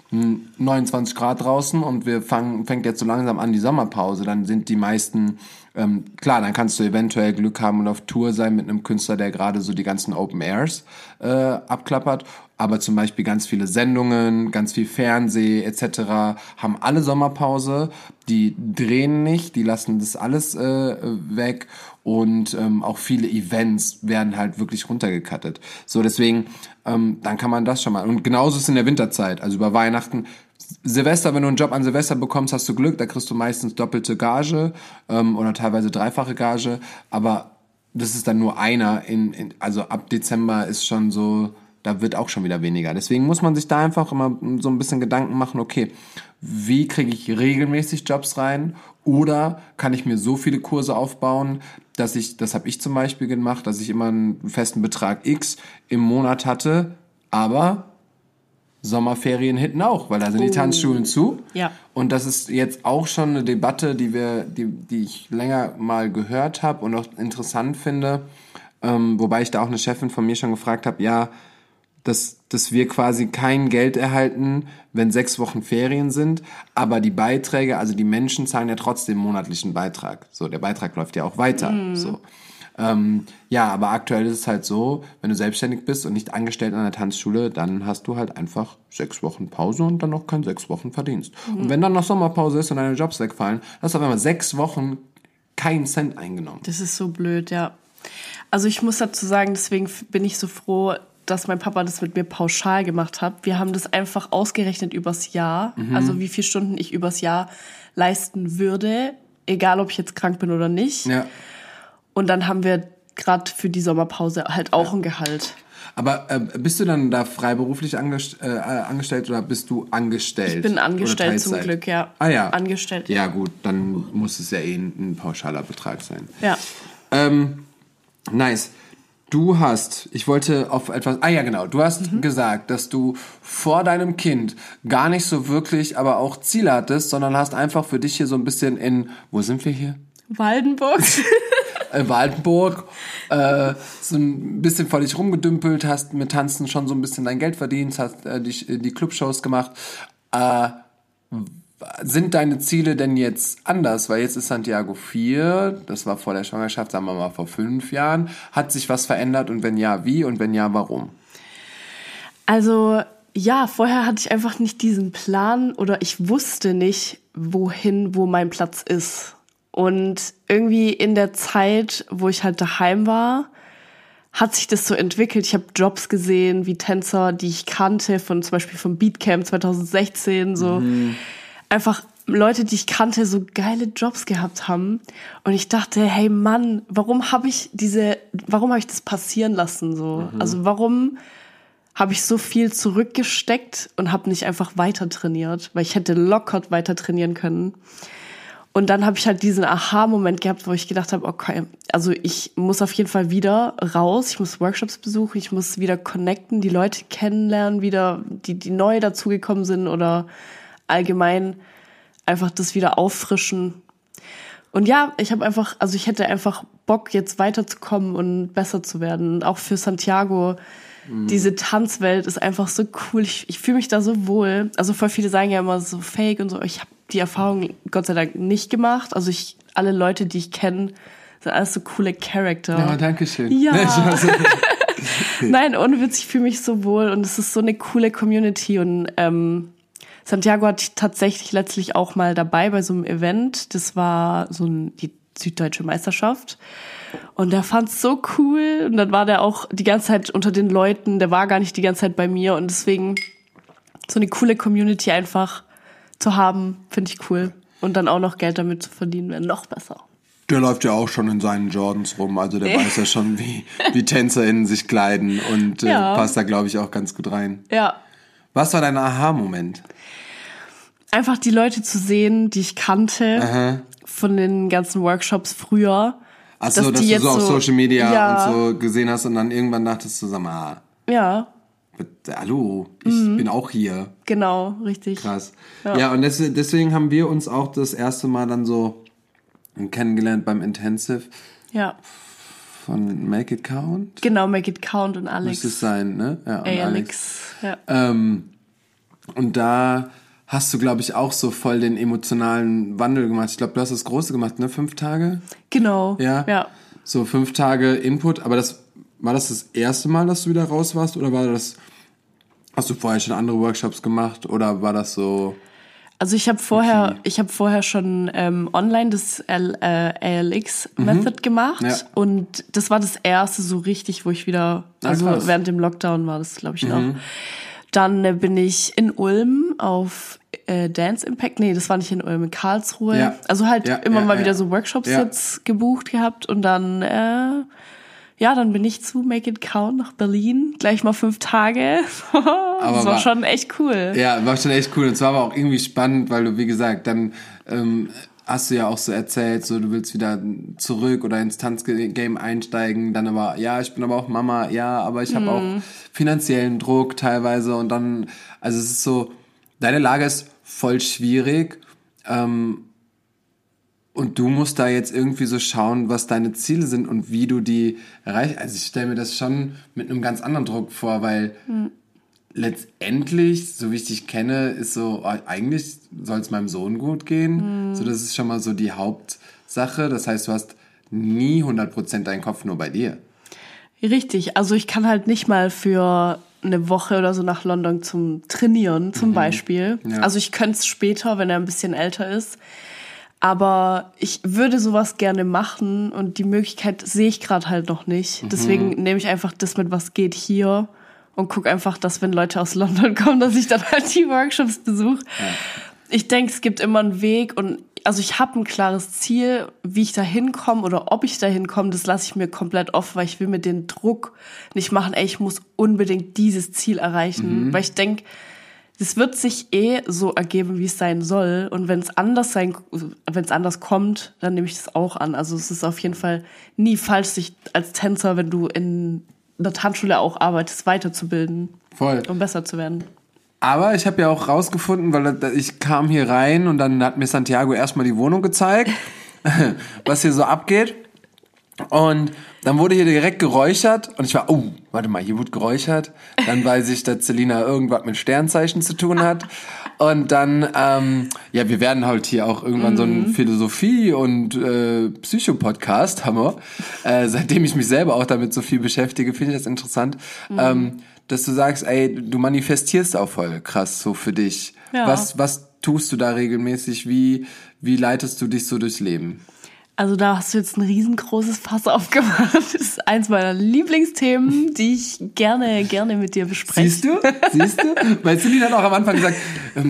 29 Grad draußen und fängt jetzt so langsam an die Sommerpause. Dann sind die meisten klar, dann kannst du eventuell Glück haben und auf Tour sein mit einem Künstler, der gerade so die ganzen Open Airs abklappert. Aber zum Beispiel ganz viele Sendungen, ganz viel Fernseh etc. haben alle Sommerpause. Die drehen nicht, die lassen das alles weg. Und auch viele Events werden halt wirklich runtergecuttet. So, deswegen, dann kann man das schon mal. Und genauso ist es in der Winterzeit, also über Weihnachten. Silvester, wenn du einen Job an Silvester bekommst, hast du Glück, da kriegst du meistens doppelte Gage oder teilweise dreifache Gage. Aber das ist dann nur einer. Also ab Dezember ist schon so, da wird auch schon wieder weniger. Deswegen muss man sich da einfach immer so ein bisschen Gedanken machen, okay, wie kriege ich regelmäßig Jobs rein? Oder kann ich mir so viele Kurse aufbauen, das habe ich zum Beispiel gemacht, dass ich immer einen festen Betrag X im Monat hatte, aber Sommerferien hinten auch, weil da sind die Tanzschulen zu. Ja. Und das ist jetzt auch schon eine Debatte, die ich länger mal gehört habe und auch interessant finde, wobei ich da auch eine Chefin von mir schon gefragt habe, ja, dass wir quasi kein Geld erhalten, wenn 6 Wochen Ferien sind, aber die Beiträge, also die Menschen zahlen ja trotzdem monatlichen Beitrag. So, der Beitrag läuft ja auch weiter. So. Ja, aber aktuell ist es halt so, wenn du selbstständig bist und nicht angestellt an der Tanzschule, dann hast du halt einfach 6 Wochen Pause und dann noch kein 6 Wochen Verdienst. Und wenn dann noch Sommerpause ist und deine Jobs wegfallen, hast du auf einmal 6 Wochen keinen Cent eingenommen. Das ist so blöd, ja. Also ich muss dazu sagen, deswegen bin ich so froh, dass mein Papa das mit mir pauschal gemacht hat. Wir haben das einfach ausgerechnet übers Jahr, also wie viele Stunden ich übers Jahr leisten würde, egal ob ich jetzt krank bin oder nicht. Ja. Und dann haben wir gerade für die Sommerpause halt auch ein Gehalt. Aber bist du dann da freiberuflich angestellt oder bist du angestellt? Ich bin angestellt zum Glück, ja. Ah ja. Angestellt. Ja gut, dann muss es ja ein pauschaler Betrag sein. Ja. Nice. Du hast gesagt, dass du vor deinem Kind gar nicht so wirklich aber auch Ziele hattest, sondern hast einfach für dich hier so ein bisschen wo sind wir hier? Waldenburg. Waldenburg, so ein bisschen vor dich rumgedümpelt, hast mit Tanzen schon so ein bisschen dein Geld verdient, hast die Clubshows gemacht. Sind deine Ziele denn jetzt anders? Weil jetzt ist Santiago 4, das war vor der Schwangerschaft, sagen wir mal vor 5 Jahren. Hat sich was verändert und wenn ja, wie und wenn ja, warum? Also ja, vorher hatte ich einfach nicht diesen Plan oder ich wusste nicht, wo mein Platz ist. Und irgendwie in der Zeit, wo ich halt daheim war, hat sich das so entwickelt. Ich habe Jobs gesehen, wie Tänzer, die ich kannte, zum Beispiel vom Beatcamp 2016, so. Einfach Leute, die ich kannte, so geile Jobs gehabt haben. Und ich dachte, hey Mann, warum habe ich das passieren lassen, so? Also warum habe ich so viel zurückgesteckt und habe nicht einfach weiter trainiert? Weil ich hätte locker weiter trainieren können. Und dann habe ich halt diesen Aha-Moment gehabt, wo ich gedacht habe, okay, also ich muss auf jeden Fall wieder raus, ich muss Workshops besuchen, ich muss wieder connecten, die Leute kennenlernen, wieder die neu dazugekommen sind oder allgemein einfach das wieder auffrischen. Und ja, ich hätte einfach Bock, jetzt weiterzukommen und besser zu werden. Und auch für Santiago, diese Tanzwelt ist einfach so cool. Ich fühle mich da so wohl. Also voll viele sagen ja immer so fake und so. Ich habe die Erfahrung Gott sei Dank nicht gemacht. Also alle Leute, die ich kenne, sind alles so coole Charakter. Ja, danke schön. Ja. Nein, ohne Witz, ich fühle mich so wohl. Und es ist so eine coole Community. Und Santiago hatte ich tatsächlich letztlich auch mal dabei bei so einem Event. Das war die Süddeutsche Meisterschaft. Und der fand's so cool. Und dann war der auch die ganze Zeit unter den Leuten. Der war gar nicht die ganze Zeit bei mir. Und deswegen so eine coole Community einfach zu haben, finde ich cool. Und dann auch noch Geld damit zu verdienen, wäre noch besser. Der läuft ja auch schon in seinen Jordans rum. Also der weiß ja schon, wie TänzerInnen sich kleiden. Und passt da, glaube ich, auch ganz gut rein. Ja. Was war dein Aha-Moment? Einfach die Leute zu sehen, die ich kannte, von den ganzen Workshops früher. Achso, dass du so auf Social Media und so gesehen hast und dann irgendwann dachtest du zusammen, ja. Hallo, ich bin auch hier. Genau, richtig. Krass. Ja, und deswegen haben wir uns auch das erste Mal dann so kennengelernt beim Intensive. Ja. Von Make It Count? Genau, Make It Count und Alex. Müsste es sein, ne? Ja, und Alex. Ja. Und da hast du, glaube ich, auch so voll den emotionalen Wandel gemacht. Ich glaube, du hast das Große gemacht, ne? 5 Tage? Genau, ja. So 5 Tage Input, aber war das erste Mal, dass du wieder raus warst oder hast du vorher schon andere Workshops gemacht oder war das so? Also ich habe vorher schon online das ALX-Method gemacht und das war das erste so richtig, wo ich wieder, krass. Während dem Lockdown war das, glaube ich, noch. Dann bin ich in Ulm auf Dance Impact, das war nicht in Ulm, in Karlsruhe. Ja. Also immer mal wieder so Workshops jetzt gebucht gehabt und dann dann bin ich zu Make It Count nach Berlin, gleich mal 5 Tage. Das war schon echt cool. Ja, war schon echt cool. Und zwar war auch irgendwie spannend, weil du, wie gesagt, dann hast du ja auch so erzählt, so du willst wieder zurück oder ins Tanzgame einsteigen, dann aber, ich bin aber auch Mama, aber ich habe auch finanziellen Druck teilweise und dann, also es ist so, deine Lage ist voll schwierig, und du musst da jetzt irgendwie so schauen, was deine Ziele sind und wie du die erreichst. Also ich stelle mir das schon mit einem ganz anderen Druck vor, weil letztendlich, so wie ich dich kenne, ist so, eigentlich soll es meinem Sohn gut gehen. So, das ist schon mal so die Hauptsache. Das heißt, du hast nie 100% deinen Kopf nur bei dir. Richtig, also ich kann halt nicht mal für eine Woche oder so nach London zum Trainieren zum Beispiel. Ja. Also ich könnte es später, wenn er ein bisschen älter ist. Aber ich würde sowas gerne machen und die Möglichkeit sehe ich gerade halt noch nicht. Deswegen nehme ich einfach das mit, was geht hier und gucke einfach, dass wenn Leute aus London kommen, dass ich dann halt die Workshops besuche. Ja. Ich denke, es gibt immer einen Weg und also ich habe ein klares Ziel, wie ich da hinkomme oder ob ich da hinkomme, das lasse ich mir komplett offen, weil ich will mir den Druck nicht machen, ich muss unbedingt dieses Ziel erreichen. Weil ich denke, das wird sich so ergeben, wie es sein soll. Und wenn es anders kommt, dann nehme ich das auch an. Also es ist auf jeden Fall nie falsch, sich als Tänzer, wenn du in der Tanzschule auch arbeitest, weiterzubilden. Voll. Um besser zu werden. Aber ich habe ja auch rausgefunden, weil ich kam hier rein und dann hat mir Santiago erstmal die Wohnung gezeigt, was hier so abgeht. Und dann wurde hier direkt geräuchert und ich war, warte mal, hier wurde geräuchert. Dann weiß ich, dass Selina irgendwas mit Sternzeichen zu tun hat. Und dann, wir werden halt hier auch irgendwann so einen Philosophie- und Psycho-Podcast haben wir. Seitdem ich mich selber auch damit so viel beschäftige, finde ich das interessant. Dass du sagst, du manifestierst auch voll krass so für dich. Ja. Was tust du da regelmäßig? Wie leitest du dich so durchs Leben? Also da hast du jetzt ein riesengroßes Fass aufgemacht. Das ist eins meiner Lieblingsthemen, die ich gerne mit dir bespreche. Siehst du? Weil Celine hat auch am Anfang gesagt,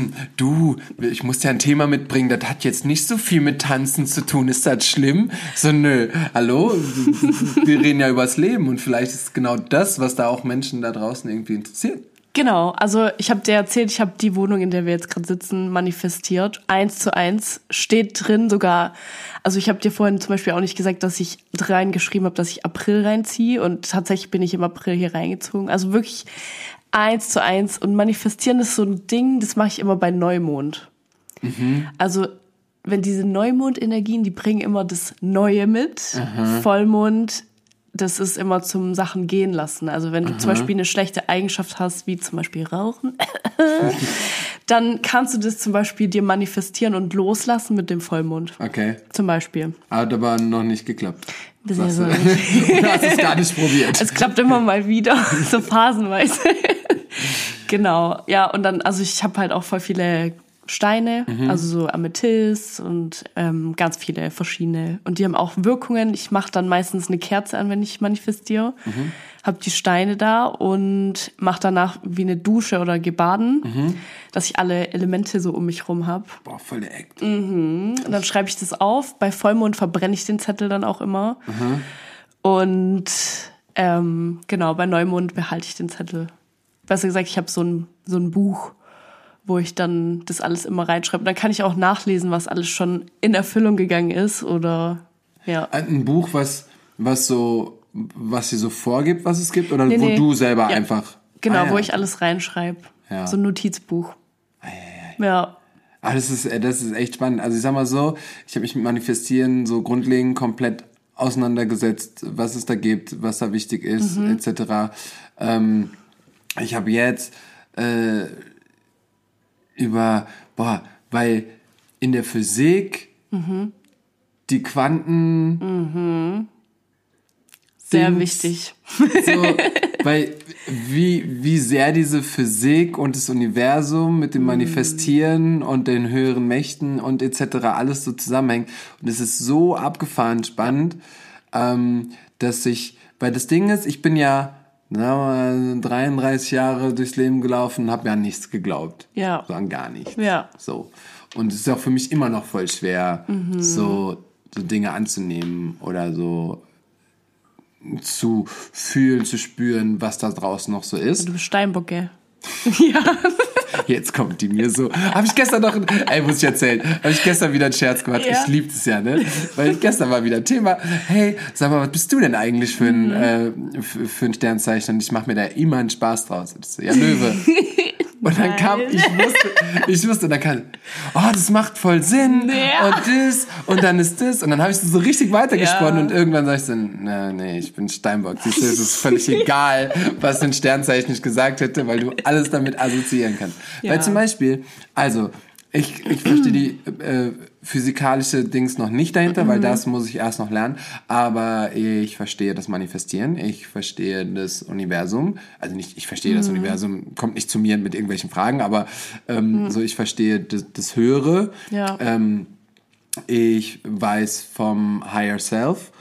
ich muss dir ein Thema mitbringen, das hat jetzt nicht so viel mit Tanzen zu tun. Ist das schlimm? So, nö, hallo? Wir reden ja übers Leben und vielleicht ist genau das, was da auch Menschen da draußen irgendwie interessiert. Genau, also ich habe dir erzählt, ich habe die Wohnung, in der wir jetzt gerade sitzen, manifestiert. 1:1 steht drin sogar, also ich habe dir vorhin zum Beispiel auch nicht gesagt, dass ich reingeschrieben habe, dass ich April reinziehe und tatsächlich bin ich im April hier reingezogen. Also wirklich 1:1 und manifestieren ist so ein Ding, das mache ich immer bei Neumond. Also wenn diese Neumond-Energien, die bringen immer das Neue mit, Vollmond, das ist immer zum Sachen gehen lassen. Also wenn du zum Beispiel eine schlechte Eigenschaft hast, wie zum Beispiel Rauchen, dann kannst du das zum Beispiel dir manifestieren und loslassen mit dem Vollmond. Okay. Zum Beispiel. Hat aber noch nicht geklappt. Oder hast du es gar nicht probiert? Es klappt immer mal wieder, so phasenweise. Genau, ja, und dann, also ich habe halt auch voll viele Steine, also so Amethyst und ganz viele verschiedene. Und die haben auch Wirkungen. Ich mache dann meistens eine Kerze an, wenn ich manifestiere. Habe die Steine da und mache danach wie eine Dusche oder gebaden, dass ich alle Elemente so um mich rum habe. Boah, voll der Act. Und dann schreibe ich das auf. Bei Vollmond verbrenne ich den Zettel dann auch immer. Und genau, bei Neumond behalte ich den Zettel. Besser gesagt, ich habe so ein Buch, wo ich dann das alles immer reinschreibe. Dann kann ich auch nachlesen, was alles schon in Erfüllung gegangen ist oder, ja. Ein Buch, was dir so vorgibt, was es gibt? Oder wo du selber einfach... Genau, wo ich alles reinschreibe. Ja. So ein Notizbuch. Ja. Aber das ist echt spannend. Also ich sag mal so, ich habe mich mit Manifestieren so grundlegend komplett auseinandergesetzt, was es da gibt, was da wichtig ist, etc. Ich habe jetzt... weil in der Physik die Quanten sehr wichtig. So, weil wie sehr diese Physik und das Universum mit dem Manifestieren und den höheren Mächten und etc. alles so zusammenhängt. Und es ist so abgefahren spannend, weil das Ding ist, ich bin ja 33 Jahre durchs Leben gelaufen und habe ja an nichts geglaubt. Ja. So an gar nichts. Ja. So. Und es ist auch für mich immer noch voll schwer, so Dinge anzunehmen oder so zu fühlen, zu spüren, was da draußen noch so ist. Du bist Steinbock, gell? Ja. Jetzt kommt die mir so. Habe ich gestern muss ich erzählen, habe ich gestern wieder einen Scherz gemacht. Ja. Ich liebe es ja, ne? Weil gestern war wieder ein Thema. Hey, sag mal, was bist du denn eigentlich für ein Sternzeichen? Und ich mache mir da immer einen Spaß draus. Und ich so, ja, Löwe. Und dann kam, ich wusste, und dann kam, das macht voll Sinn, und das, und dann ist das, und dann habe ich so richtig weitergesponnen, und irgendwann sag ich so, nee, ich bin Steinbock, siehst du, es ist völlig egal, was ein Sternzeichen ich gesagt hätte, weil du alles damit assoziieren kannst. Ja. Weil zum Beispiel, also, ich verstehe die physikalische Dings noch nicht dahinter, weil das muss ich erst noch lernen. Aber ich verstehe das Manifestieren, ich verstehe das Universum. Also nicht, ich verstehe das Universum, kommt nicht zu mir mit irgendwelchen Fragen, aber so ich verstehe das Höhere. Ja. Ich weiß vom Higher Self.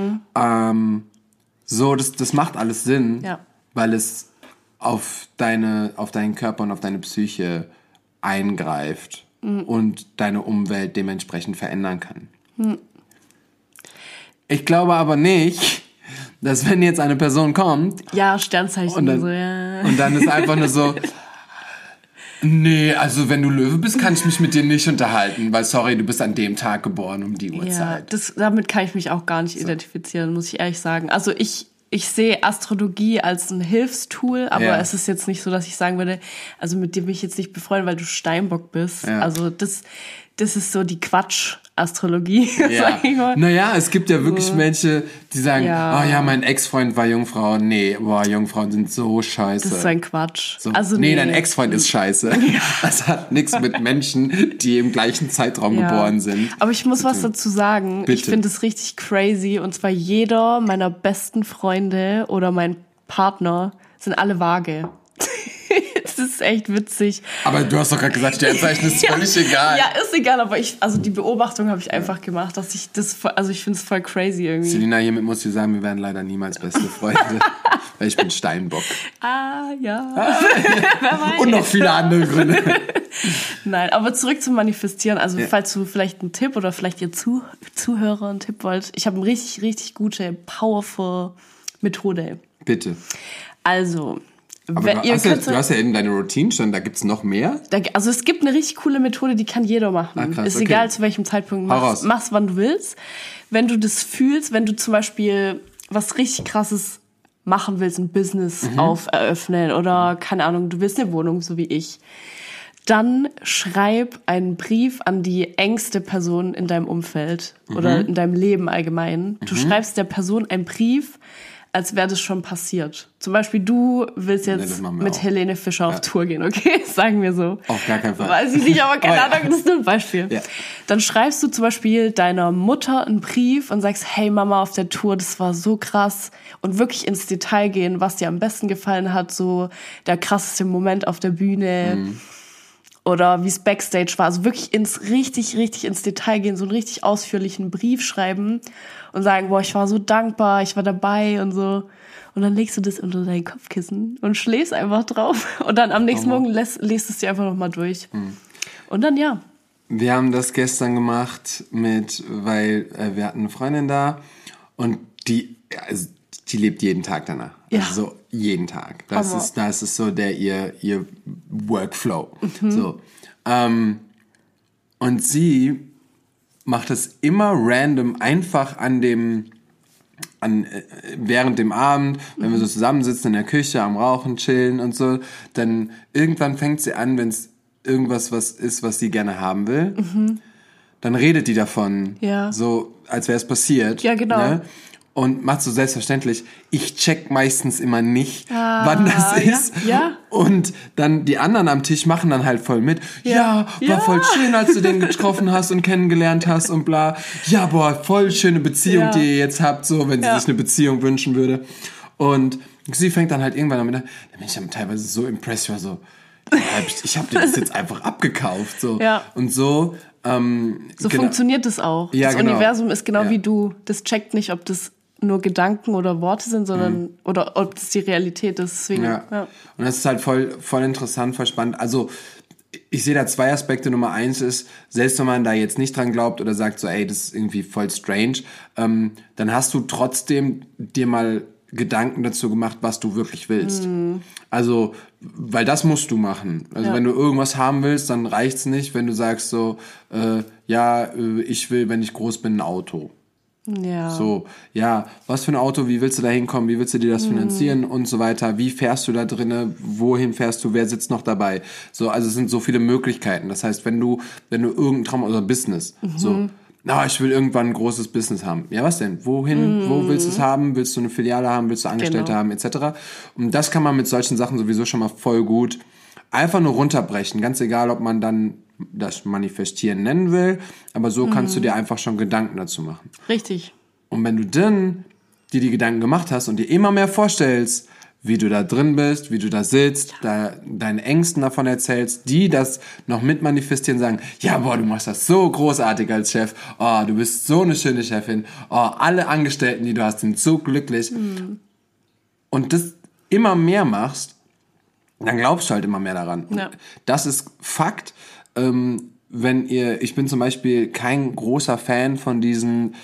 So, das macht alles Sinn, weil es auf deinen Körper und auf deine Psyche eingreift und deine Umwelt dementsprechend verändern kann. Ich glaube aber nicht, dass wenn jetzt eine Person kommt... Ja, Sternzeichen und dann, so, ja. Und dann ist einfach nur so... Nee, also wenn du Löwe bist, kann ich mich mit dir nicht unterhalten, weil sorry, du bist an dem Tag geboren um die Uhrzeit. Ja, damit kann ich mich auch gar nicht identifizieren, muss ich ehrlich sagen. Also ich sehe Astrologie als ein Hilfstool, aber es ist jetzt nicht so, dass ich sagen würde, also mit dir bin ich jetzt nicht befreundet, weil du Steinbock bist. Ja. Also das ist so die Quatsch-Astrologie, sag ich mal. Naja, es gibt ja wirklich Menschen, die sagen, mein Ex-Freund war Jungfrau. Nee, Jungfrauen sind so scheiße. Das ist so ein Quatsch. So, also dein Ex-Freund ist scheiße. Ja. Das hat nichts mit Menschen, die im gleichen Zeitraum geboren sind. Aber ich muss was dazu sagen. Bitte. Ich finde es richtig crazy. Und zwar jeder meiner besten Freunde oder mein Partner sind alle vage. Das ist echt witzig. Aber du hast doch gerade gesagt, Sternzeichen ist völlig egal. Ja, ist egal, aber die Beobachtung habe ich einfach gemacht, dass ich ich finde es voll crazy irgendwie. Selina, hiermit muss ich sagen, wir werden leider niemals beste Freunde, weil ich bin Steinbock. Ja. Wer weiß. Und noch viele andere Gründe. Nein, aber zurück zum Manifestieren. Also falls du vielleicht einen Tipp oder vielleicht ihr Zuhörer einen Tipp wollt, ich habe eine richtig, richtig gute, powerful Methode. Bitte. Also... Aber du hast ja in deiner Routine schon, da gibt's noch mehr? Also es gibt eine richtig coole Methode, die kann jeder machen. Krass, ist egal, zu welchem Zeitpunkt machst, wann du willst. Wenn du das fühlst, wenn du zum Beispiel was richtig Krasses machen willst, ein Business eröffnen oder, keine Ahnung, du willst eine Wohnung, so wie ich, dann schreib einen Brief an die engste Person in deinem Umfeld oder in deinem Leben allgemein. Du schreibst der Person einen Brief, als wäre das schon passiert. Zum Beispiel, du willst jetzt mit Helene Fischer auf Tour gehen, okay? Sagen wir so. Auf gar keinen Fall. Weiß ich nicht, aber keine Ahnung, das ist nur ein Beispiel. Ja. Dann schreibst du zum Beispiel deiner Mutter einen Brief und sagst, hey Mama, auf der Tour, das war so krass. Und wirklich ins Detail gehen, was dir am besten gefallen hat, so der krasseste Moment auf der Bühne. Oder wie es Backstage war. Also wirklich richtig ins Detail gehen, so einen richtig ausführlichen Brief schreiben und sagen, ich war so dankbar, ich war dabei und so. Und dann legst du das unter dein Kopfkissen und schläfst einfach drauf. Und dann am nächsten Morgen lest es dir einfach nochmal durch. Und dann Wir haben das gestern gemacht weil wir hatten eine Freundin da und die lebt jeden Tag danach. Ja. Also so jeden Tag. Das ist so ihr Workflow. So. Und sie macht es immer random, einfach während dem Abend, wenn wir so zusammensitzen in der Küche, am Rauchen, chillen und so, dann irgendwann fängt sie an, wenn es irgendwas was sie gerne haben will, dann redet die davon. Ja. So, als wäre es passiert. Ja, genau. Ne? und macht so selbstverständlich. Ich check meistens immer nicht, wann das ist. Ja. Und dann die anderen am Tisch machen dann halt voll mit. Ja, war voll schön, als du den getroffen hast und kennengelernt hast und bla. Ja, boah, voll schöne Beziehung, die ihr jetzt habt, so, wenn sie sich eine Beziehung wünschen würde. Und sie fängt dann halt irgendwann damit an, da bin ich dann teilweise so impressed, ich war so, ich hab dir das jetzt einfach abgekauft, so. Ja. Und so, so funktioniert es auch. Ja, das Universum ist genau wie du. Das checkt nicht, ob das nur Gedanken oder Worte sind, sondern oder ob das die Realität ist. Deswegen, ja. Und das ist halt voll interessant, voll spannend. Also ich sehe da zwei Aspekte. Nummer 1 ist, selbst wenn man da jetzt nicht dran glaubt oder sagt so, ey, das ist irgendwie voll strange, dann hast du trotzdem dir mal Gedanken dazu gemacht, was du wirklich willst. Also, weil das musst du machen. Also wenn du irgendwas haben willst, dann reicht's nicht, wenn du sagst so, ich will, wenn ich groß bin, ein Auto. Ja. So, ja, was für ein Auto, wie willst du da hinkommen, wie willst du dir das finanzieren und so weiter, wie fährst du da drinne, wohin fährst du, wer sitzt noch dabei? So, also es sind so viele Möglichkeiten. Das heißt, wenn du irgendeinen Traum oder Business, so, ich will irgendwann ein großes Business haben. Ja, was denn? Wohin? Wo willst du es haben? Willst du eine Filiale haben? Willst du Angestellte haben? Etc. Und das kann man mit solchen Sachen sowieso schon mal voll gut einfach nur runterbrechen. Ganz egal, ob man dann das Manifestieren nennen will. Aber so kannst du dir einfach schon Gedanken dazu machen. Richtig. Und wenn du dann dir die Gedanken gemacht hast und dir immer mehr vorstellst, wie du da drin bist, wie du da sitzt, da deinen Ängsten davon erzählst, die das noch mit manifestieren, sagen, ja, boah, du machst das so großartig als Chef, oh, du bist so eine schöne Chefin, oh, alle Angestellten, die du hast, sind so glücklich. Und das immer mehr machst, dann glaubst du halt immer mehr daran. Ja. Das ist Fakt. Ich bin zum Beispiel kein großer Fan von diesen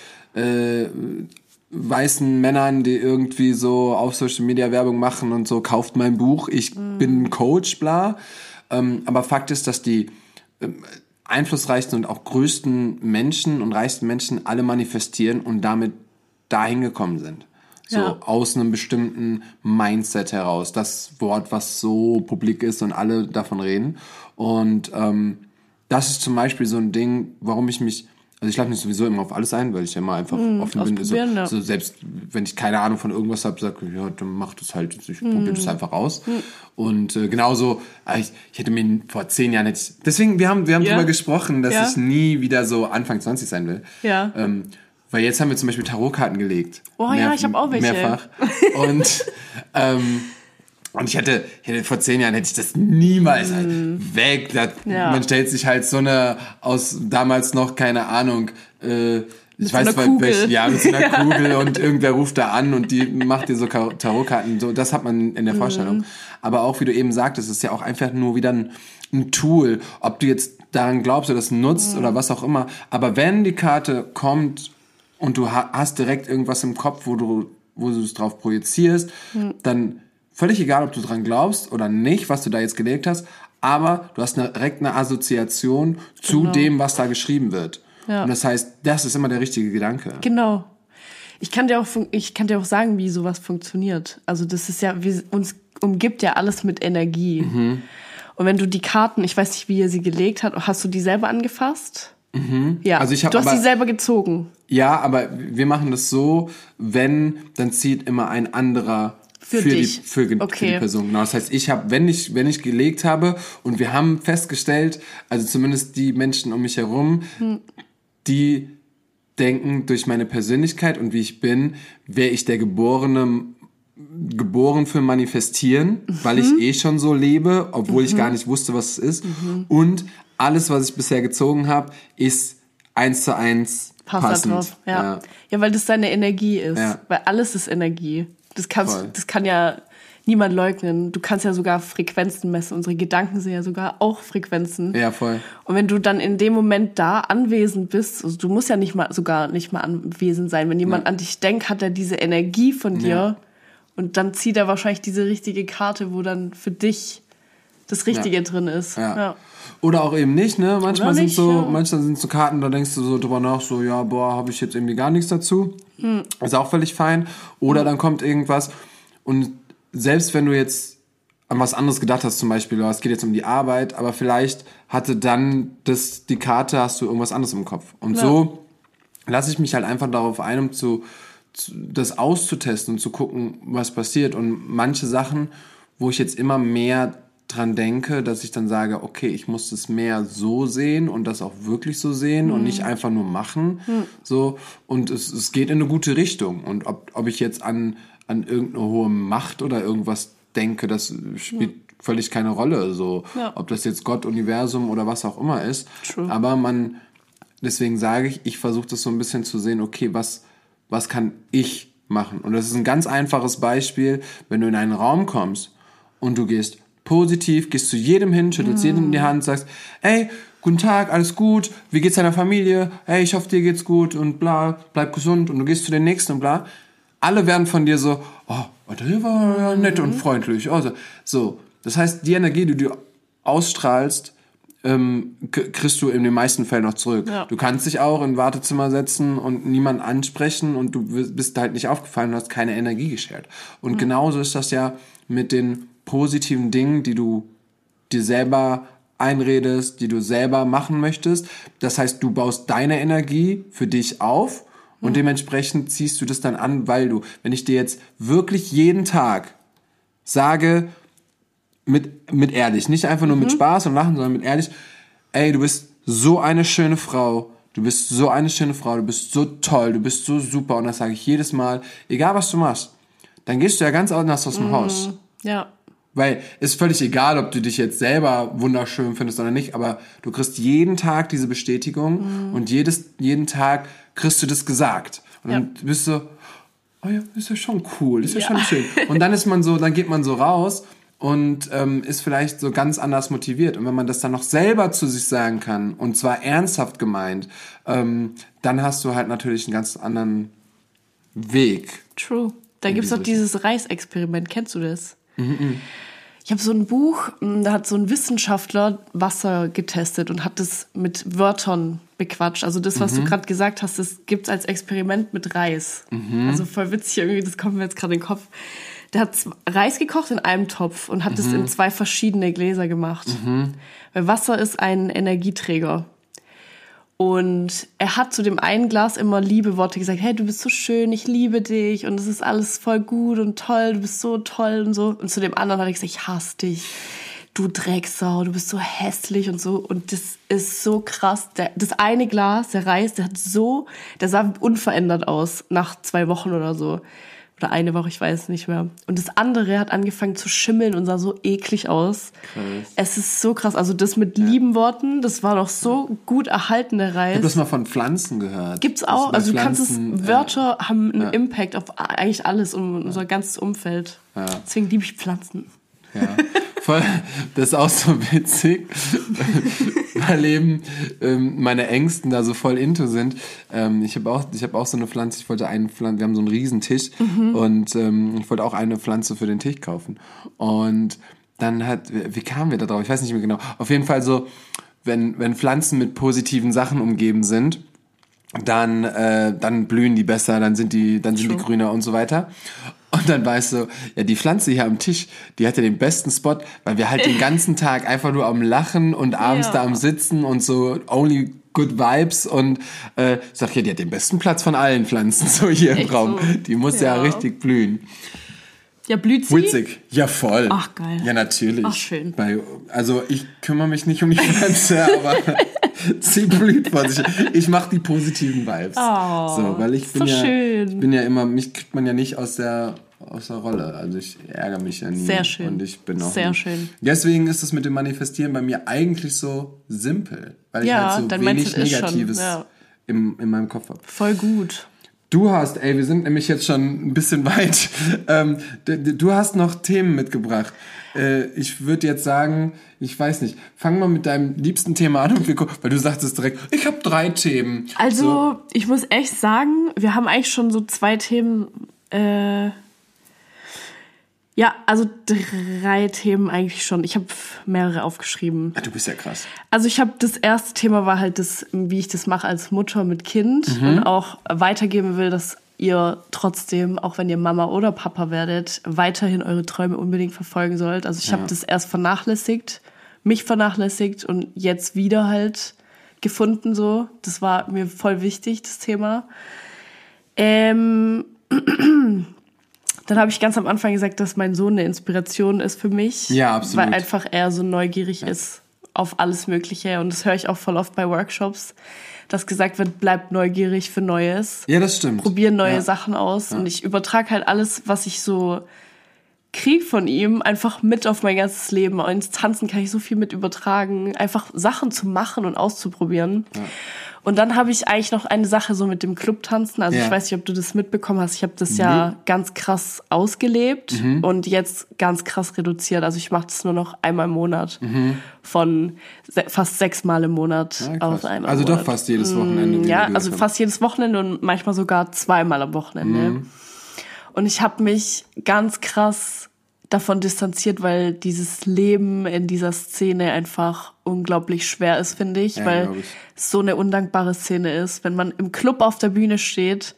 weißen Männern, die irgendwie so auf Social Media Werbung machen und so, kauft mein Buch, ich bin ein Coach, bla. Aber Fakt ist, dass die einflussreichsten und auch größten Menschen und reichsten Menschen alle manifestieren und damit dahin gekommen sind. So, aus einem bestimmten Mindset heraus. Das Wort, was so publik ist und alle davon reden. Und das ist zum Beispiel so ein Ding, warum ich mich... Also ich lasse mich sowieso immer auf alles ein, weil ich ja immer einfach offen bin. So selbst wenn ich keine Ahnung von irgendwas habe, sage ich, ja, dann mach das halt. Ich probiere das einfach aus. Und genauso, ich hätte mir vor 10 Jahren... Deswegen, wir haben darüber gesprochen, dass ich nie wieder so Anfang 20 sein will. Ja. Weil jetzt haben wir zum Beispiel Tarotkarten gelegt. Oh ja, ich habe auch welche. Mehrfach. Und ich hätte vor 10 Jahren hätte ich das niemals halt weg. Man stellt sich halt so eine aus damals noch, keine Ahnung, ich weiß nicht, mit so einer Kugel und irgendwer ruft da an und die macht dir so Tarotkarten. So, das hat man in der Vorstellung. Aber auch, wie du eben sagtest, ist ja auch einfach nur wieder ein Tool. Ob du jetzt daran glaubst oder das nutzt oder was auch immer. Aber wenn die Karte kommt und du hast direkt irgendwas im Kopf, wo du es drauf projizierst, dann völlig egal, ob du dran glaubst oder nicht, was du da jetzt gelegt hast, aber du hast direkt eine Assoziation zu dem, was da geschrieben wird. Ja. Und das heißt, das ist immer der richtige Gedanke. Genau. Ich kann dir auch sagen, wie sowas funktioniert. Also das ist ja, uns umgibt ja alles mit Energie. Und wenn du die Karten, ich weiß nicht, wie ihr sie gelegt habt, hast du die selber angefasst? Ja, also du hast sie selber gezogen. Ja, aber wir machen das so, dann zieht immer ein anderer für die Person. Genau, das heißt, wenn ich gelegt habe und wir haben festgestellt, also zumindest die Menschen um mich herum, die denken, durch meine Persönlichkeit und wie ich bin, wäre ich der geboren für Manifestieren, weil ich schon so lebe, obwohl ich gar nicht wusste, was es ist. Und alles, was ich bisher gezogen habe, ist 1:1 passend. Drauf. Ja, weil das deine Energie ist. Ja. Weil alles ist Energie. Das kann ja niemand leugnen. Du kannst ja sogar Frequenzen messen. Unsere Gedanken sind ja sogar auch Frequenzen. Ja, voll. Und wenn du dann in dem Moment da anwesend bist, also du musst ja nicht mal anwesend sein. Wenn jemand an dich denkt, hat er diese Energie von dir. Ja. Und dann zieht er wahrscheinlich diese richtige Karte, wo dann für dich das Richtige drin ist. Ja. Oder auch eben nicht, ne? Manchmal sind so Karten, da denkst du so drüber nach, so, ja, boah, habe ich jetzt irgendwie gar nichts dazu. Ist auch völlig fein. Oder dann kommt irgendwas und selbst wenn du jetzt an was anderes gedacht hast, zum Beispiel, es geht jetzt um die Arbeit, aber vielleicht hatte dann die Karte, hast du irgendwas anderes im Kopf. Und so lasse ich mich halt einfach darauf ein, um zu das auszutesten und zu gucken, was passiert. Und manche Sachen, wo ich jetzt immer mehr dran denke, dass ich dann sage, okay, ich muss das mehr so sehen und das auch wirklich so sehen und nicht einfach nur machen. So. Und es geht in eine gute Richtung. Und ob ich jetzt an irgendeine hohe Macht oder irgendwas denke, das spielt völlig keine Rolle. So. Ja. Ob das jetzt Gott, Universum oder was auch immer ist. True. Aber deswegen sage ich versuche das so ein bisschen zu sehen, okay, was kann ich machen? Und das ist ein ganz einfaches Beispiel, wenn du in einen Raum kommst und du gehst positiv, gehst zu jedem hin, schüttelst jedem in die Hand, sagst, ey, guten Tag, alles gut, wie geht's deiner Familie? Hey, ich hoffe, dir geht's gut und bla, bleib gesund. Und du gehst zu den Nächsten und bla. Alle werden von dir so, oh, der war ja nett und freundlich. Also, so, das heißt, die Energie, die du ausstrahlst, kriegst du in den meisten Fällen noch zurück. Ja. Du kannst dich auch in ein Wartezimmer setzen und niemanden ansprechen und du bist halt nicht aufgefallen, du hast keine Energie geshared. Und genauso ist das ja mit den positiven Dingen, die du dir selber einredest, die du selber machen möchtest. Das heißt, du baust deine Energie für dich auf und dementsprechend ziehst du das dann an, weil wenn ich dir jetzt wirklich jeden Tag sage, mit ehrlich, nicht einfach nur mit Spaß und Lachen, sondern mit ehrlich, ey, du bist so eine schöne Frau, du bist so eine schöne Frau, du bist so toll, du bist so super und das sage ich jedes Mal, egal was du machst, dann gehst du ja ganz anders aus dem Haus. Ja. Weil ist völlig egal, ob du dich jetzt selber wunderschön findest oder nicht, aber du kriegst jeden Tag diese Bestätigung und jeden Tag kriegst du das gesagt. Und dann bist du, oh ja, ist ja schon cool, ist ja schon schön. Und dann geht man so raus und ist vielleicht so ganz anders motiviert. Und wenn man das dann noch selber zu sich sagen kann, und zwar ernsthaft gemeint, dann hast du halt natürlich einen ganz anderen Weg. True. Da gibt's doch dieses Reisexperiment, kennst du das? Ich habe so ein Buch, da hat so ein Wissenschaftler Wasser getestet und hat das mit Wörtern bequatscht. Also das, was du gerade gesagt hast, das gibt's als Experiment mit Reis. Also voll witzig irgendwie, das kommt mir jetzt gerade in den Kopf. Der hat Reis gekocht in einem Topf und hat das in 2 verschiedene Gläser gemacht. Weil Wasser ist ein Energieträger. Und er hat zu dem einen Glas immer Liebeworte gesagt, hey, du bist so schön, ich liebe dich und es ist alles voll gut und toll, du bist so toll und so. Und zu dem anderen hat er gesagt, ich hasse dich, du Drecksau, du bist so hässlich und so. Und das ist so krass. Das eine Glas, der Reis, der sah unverändert aus nach 2 Wochen oder so. Oder eine Woche, ich weiß nicht mehr. Und das andere hat angefangen zu schimmeln und sah so eklig aus. Krass. Es ist so krass. Also das mit lieben Worten, das war doch so gut erhaltene Reis. Ich habe das mal von Pflanzen gehört. Gibt's auch. Also du kannst Wörter haben einen Impact auf eigentlich alles und unser ganzes Umfeld. Ja. Deswegen liebe ich Pflanzen. Ja, voll. Das ist auch so witzig, weil eben meine Ängsten da so voll into sind. Ich habe auch so eine Pflanze, wir haben so einen riesen Tisch und ich wollte auch eine Pflanze für den Tisch kaufen. Und dann wie kamen wir da drauf? Ich weiß nicht mehr genau. Auf jeden Fall so, wenn Pflanzen mit positiven Sachen umgeben sind, dann blühen die besser, dann sind die grüner und so weiter. Und dann weißt du, ja, die Pflanze hier am Tisch, die hat ja den besten Spot, weil wir halt den ganzen Tag einfach nur am Lachen und abends da am Sitzen und so only good vibes und sag ja, die hat den besten Platz von allen Pflanzen so hier im Raum. So. Die muss ja richtig blühen. Ja, blüht sie? Witzig. Ja, voll. Ach, geil. Ja, natürlich. Ach, schön. Also ich kümmere mich nicht um die Pflanze, aber sie blüht vor sich. Ich mache die positiven Vibes. Oh, so, weil ich bin schön. Mich kriegt man ja nicht aus der Rolle. Also ich ärgere mich ja nie. Sehr schön. Und ich bin auch sehr schön. Deswegen ist es mit dem Manifestieren bei mir eigentlich so simpel. Weil ich halt so wenig Negatives in meinem Kopf habe. Voll gut. Du hast, wir sind nämlich jetzt schon ein bisschen weit. Du hast noch Themen mitgebracht. Ich würde jetzt sagen, ich weiß nicht, fang mal mit deinem liebsten Thema an, weil du sagtest direkt, ich habe 3 Themen. Also, ich muss echt sagen, wir haben eigentlich schon so 2 Themen, ja, also 3 Themen eigentlich schon. Ich habe mehrere aufgeschrieben. Du bist ja krass. Also das erste Thema war halt das, wie ich das mache als Mutter mit Kind und auch weitergeben will, dass ihr trotzdem, auch wenn ihr Mama oder Papa werdet, weiterhin eure Träume unbedingt verfolgen sollt. Also ich habe das erst mich vernachlässigt und jetzt wieder halt gefunden so. Das war mir voll wichtig, das Thema. dann habe ich ganz am Anfang gesagt, dass mein Sohn eine Inspiration ist für mich. Ja, absolut. Weil einfach er so neugierig ist auf alles Mögliche. Und das höre ich auch voll oft bei Workshops, dass gesagt wird, bleib neugierig für Neues. Ja, das stimmt. Probier neue Sachen aus. Und ich übertrage halt alles, was ich so krieg von ihm, einfach mit auf mein ganzes Leben. Und ins Tanzen kann ich so viel mit übertragen. Einfach Sachen zu machen und auszuprobieren. Ja. Und dann habe ich eigentlich noch eine Sache so mit dem Clubtanzen. Also ich weiß nicht, ob du das mitbekommen hast. Ich habe das ja ganz krass ausgelebt und jetzt ganz krass reduziert. Also ich mache das nur noch einmal im Monat von fast 6 Mal im Monat auf einmal. Also doch fast jedes Wochenende. Ja, also fast jedes Wochenende und manchmal sogar 2-mal am Wochenende. Und ich habe mich ganz krass davon distanziert, weil dieses Leben in dieser Szene einfach unglaublich schwer ist, finde ich, weil es so eine undankbare Szene ist. Wenn man im Club auf der Bühne steht,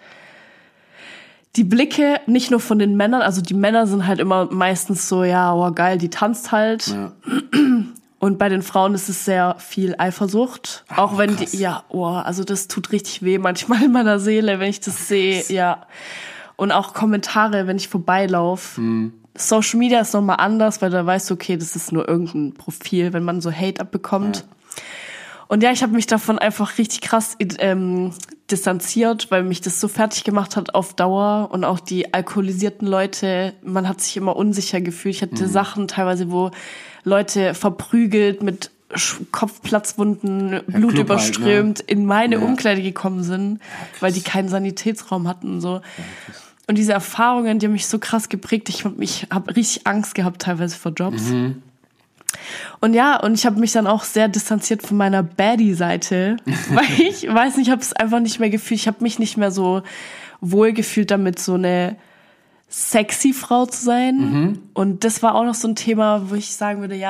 die Blicke nicht nur von den Männern, also die Männer sind halt immer meistens so, ja, oh geil, die tanzt halt. Ja. Und bei den Frauen ist es sehr viel Eifersucht. Auch wenn krass. Also das tut richtig weh manchmal in meiner Seele, wenn ich das sehe, ja. Und auch Kommentare, wenn ich vorbeilaufe. Social Media ist nochmal anders, weil da weißt du, okay, das ist nur irgendein Profil, wenn man so Hate abbekommt. Ja. Und ja, ich habe mich davon einfach richtig krass distanziert, weil mich das so fertig gemacht hat auf Dauer. Und auch die alkoholisierten Leute, man hat sich immer unsicher gefühlt. Ich hatte Sachen teilweise, wo Leute verprügelt mit Kopfplatzwunden, Blut überströmt, halt, ne? In meine Umkleide gekommen sind, weil die keinen Sanitätsraum hatten und so. Ja, und diese Erfahrungen, die haben mich so krass geprägt. Ich hab richtig Angst gehabt teilweise vor Jobs. Und ich habe mich dann auch sehr distanziert von meiner Baddie-Seite, weil ich weiß nicht, ich habe es einfach nicht mehr gefühlt. Ich habe mich nicht mehr so wohl gefühlt damit, so eine sexy Frau zu sein. Und das war auch noch so ein Thema, wo ich sagen würde,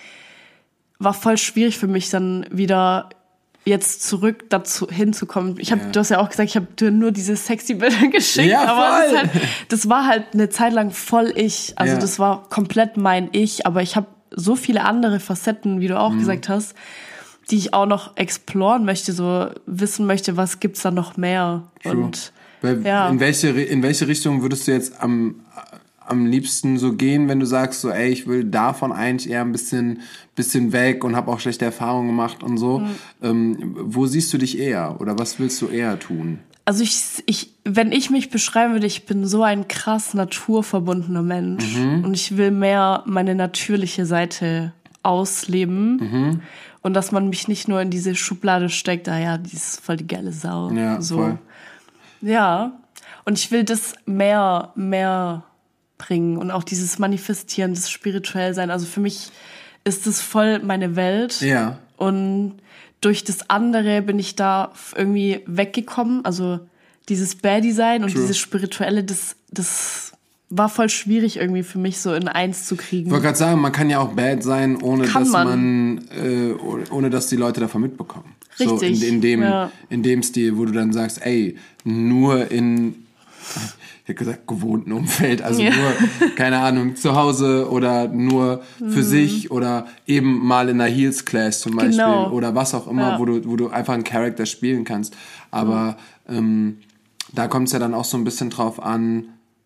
war voll schwierig für mich dann wieder jetzt zurück dazu hinzukommen. Du hast ja auch gesagt, ich habe dir nur diese sexy Bilder geschickt, aber das war halt eine Zeit lang voll ich. Also das war komplett mein Ich, aber ich habe so viele andere Facetten, wie du auch gesagt hast, die ich auch noch exploren möchte, so wissen möchte, was gibt's da noch mehr. True. Und in welche Richtung würdest du jetzt am liebsten so gehen, wenn du sagst, so, ey, ich will davon eigentlich eher ein bisschen weg und habe auch schlechte Erfahrungen gemacht und so. Wo siehst du dich eher oder was willst du eher tun? Also wenn ich mich beschreiben würde, ich bin so ein krass naturverbundener Mensch und ich will mehr meine natürliche Seite ausleben und dass man mich nicht nur in diese Schublade steckt, die ist voll die geile Sau. Ja, so. Voll. Ja, und ich will das mehr bringen und auch dieses Manifestieren, das spirituell sein. Also für mich ist das voll meine Welt. Ja. Und durch das andere bin ich da irgendwie weggekommen. Also dieses Baddie-Sein und dieses Spirituelle, das war voll schwierig irgendwie für mich so in eins zu kriegen. Ich wollte gerade sagen, man kann ja auch bad sein, ohne dass die Leute davon mitbekommen. Richtig. So in dem Stil, wo du dann sagst, ey, nur in, ich hätte gesagt, gewohnten Umfeld, also nur, keine Ahnung, zu Hause oder nur für sich oder eben mal in einer Heels Class zum Beispiel oder was auch immer, wo du einfach einen Charakter spielen kannst. Aber da kommt es ja dann auch so ein bisschen drauf an,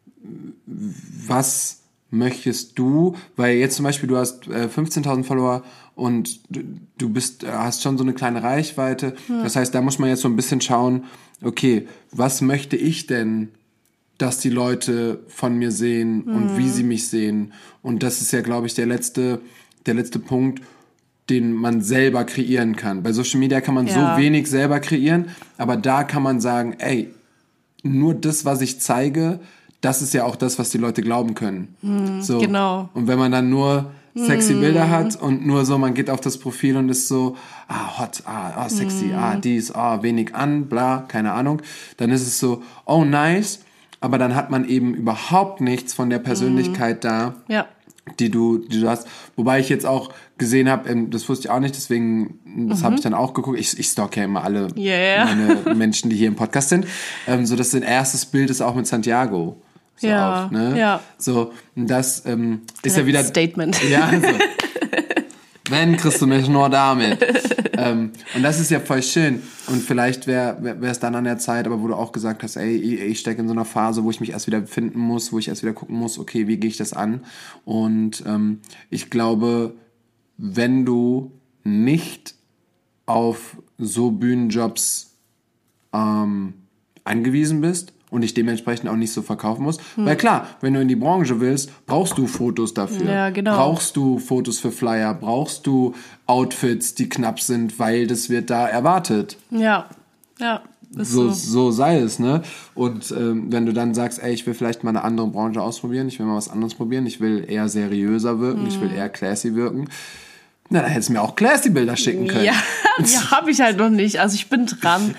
was möchtest du, weil jetzt zum Beispiel du hast 15.000 Follower und du hast schon so eine kleine Reichweite. Das heißt, da muss man jetzt so ein bisschen schauen, okay, was möchte ich denn, dass die Leute von mir sehen und wie sie mich sehen. Und das ist ja, glaube ich, der letzte Punkt, den man selber kreieren kann. Bei Social Media kann man so wenig selber kreieren, aber da kann man sagen, ey, nur das, was ich zeige, das ist ja auch das, was die Leute glauben können. So. Genau. Und wenn man dann nur sexy Bilder hat und nur so, man geht auf das Profil und ist so, hot, sexy, dies, wenig an, bla, keine Ahnung, dann ist es so, oh nice, aber dann hat man eben überhaupt nichts von der Persönlichkeit da, die du hast. Wobei ich jetzt auch gesehen habe, das wusste ich auch nicht, deswegen, das habe ich dann auch geguckt. Ich stalke ja immer alle meine Menschen, die hier im Podcast sind. So, dass sein erstes Bild ist auch mit Santiago. So auf, ne? Ja. So, und das ist ja wieder... Statement. Ja, so. Wenn, kriegst du mich nur damit. Und das ist ja voll schön. Und vielleicht wäre es dann an der Zeit, aber wo du auch gesagt hast, ey, ich stecke in so einer Phase, wo ich mich erst wieder finden muss, wo ich erst wieder gucken muss, okay, wie gehe ich das an? Und ich glaube, wenn du nicht auf so Bühnenjobs angewiesen bist und dich dementsprechend auch nicht so verkaufen musst. Weil klar, wenn du in die Branche willst, brauchst du Fotos dafür. Ja, genau. Brauchst du Fotos für Flyer, brauchst du Outfits, die knapp sind, weil das wird da erwartet. Ja. So sei es, ne? Und wenn du dann sagst, ey, ich will vielleicht mal eine andere Branche ausprobieren, ich will mal was anderes probieren, ich will eher seriöser wirken, ich will eher classy wirken, na, da hättest du mir auch Classy-Bilder schicken können. Ja, die habe ich halt noch nicht. Also ich bin dran.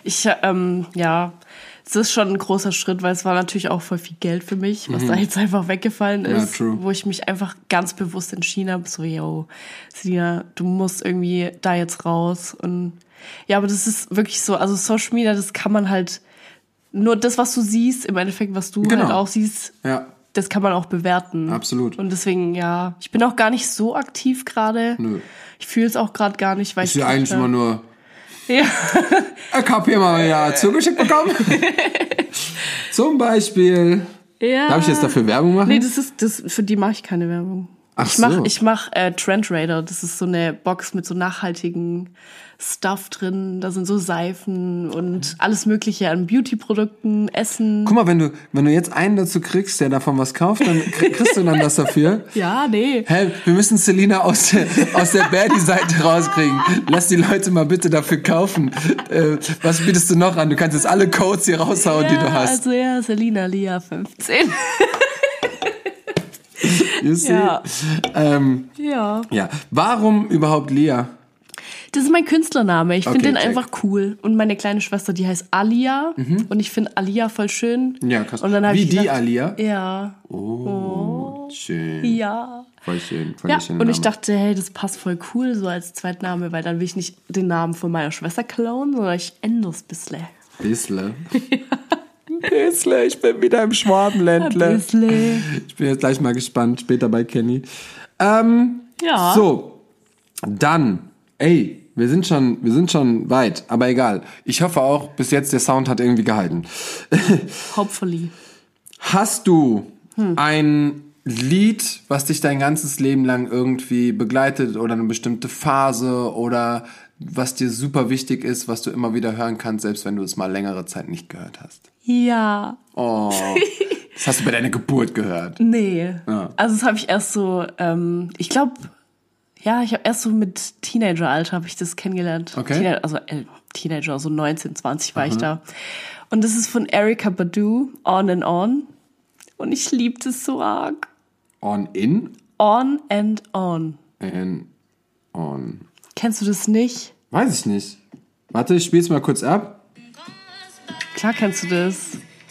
Es ist schon ein großer Schritt, weil es war natürlich auch voll viel Geld für mich, was da jetzt einfach weggefallen ist. Ja, true. Wo ich mich einfach ganz bewusst entschieden habe, so, yo, Selina, du musst irgendwie da jetzt raus. Und ja, aber das ist wirklich so, also Social Media, das kann man halt, nur das, was du siehst, im Endeffekt, was du halt auch siehst, das kann man auch bewerten. Absolut. Und deswegen, ja, ich bin auch gar nicht so aktiv gerade. Nö. Ich fühle es auch gerade gar nicht, weil Ich will eigentlich immer nur... Ja. Ich hab hier mal wieder zugeschickt bekommen. Zum Beispiel... Ja. Darf ich jetzt dafür Werbung machen? Nee, für die mache ich keine Werbung. Ich mach Trend Raider. Das ist so eine Box mit so nachhaltigen Stuff drin. Da sind so Seifen und alles Mögliche an Beauty-Produkten, Essen. Guck mal, wenn du jetzt einen dazu kriegst, der davon was kauft, dann kriegst du dann was dafür. Ja, nee. Hey, wir müssen Selina aus der Baddie-Seite rauskriegen. Lass die Leute mal bitte dafür kaufen. Was bietest du noch an? Du kannst jetzt alle Codes hier raushauen, die du hast. Also ja, Selina Lia 15. You see? Ja. Ja. Warum überhaupt Lia? Das ist mein Künstlername. Ich finde den check. einfach cool. Und meine kleine Schwester, die heißt Alia. Und ich finde Alia voll schön. Ja, krass. Und dann Wie ich die gedacht, Alia? Ja. Oh, schön. Ja. Voll schön. Ja, schöner und ich Name. dachte, hey, das passt voll cool so als Zweitname, weil dann will ich nicht den Namen von meiner Schwester klauen, sondern ich ändere es ein bisschen. Bissle. Bissle, ich bin wieder im Schwabenländle. Ein bisschen. Ich bin jetzt gleich mal gespannt, später bei Kenny. Ja. So, dann, ey, wir sind schon weit, aber egal. Ich hoffe auch, bis jetzt der Sound hat irgendwie gehalten. Hopefully. Hast du ein Lied, was dich dein ganzes Leben lang irgendwie begleitet oder eine bestimmte Phase oder was dir super wichtig ist, was du immer wieder hören kannst, selbst wenn du es mal längere Zeit nicht gehört hast? Ja. Oh, das hast du bei deiner Geburt gehört. Nee. Ja. Also das habe ich erst so, ich glaube, ja, ich habe erst so mit Teenageralter habe ich das kennengelernt. Okay. Teenager, so 19, 20 war ich da. Und das ist von Erykah Badu, On and On. Und ich liebe das so arg. On in? On and On. And on. Kennst du das nicht? Weiß ich nicht. Warte, ich spiel's mal kurz ab. Klar kennst du das.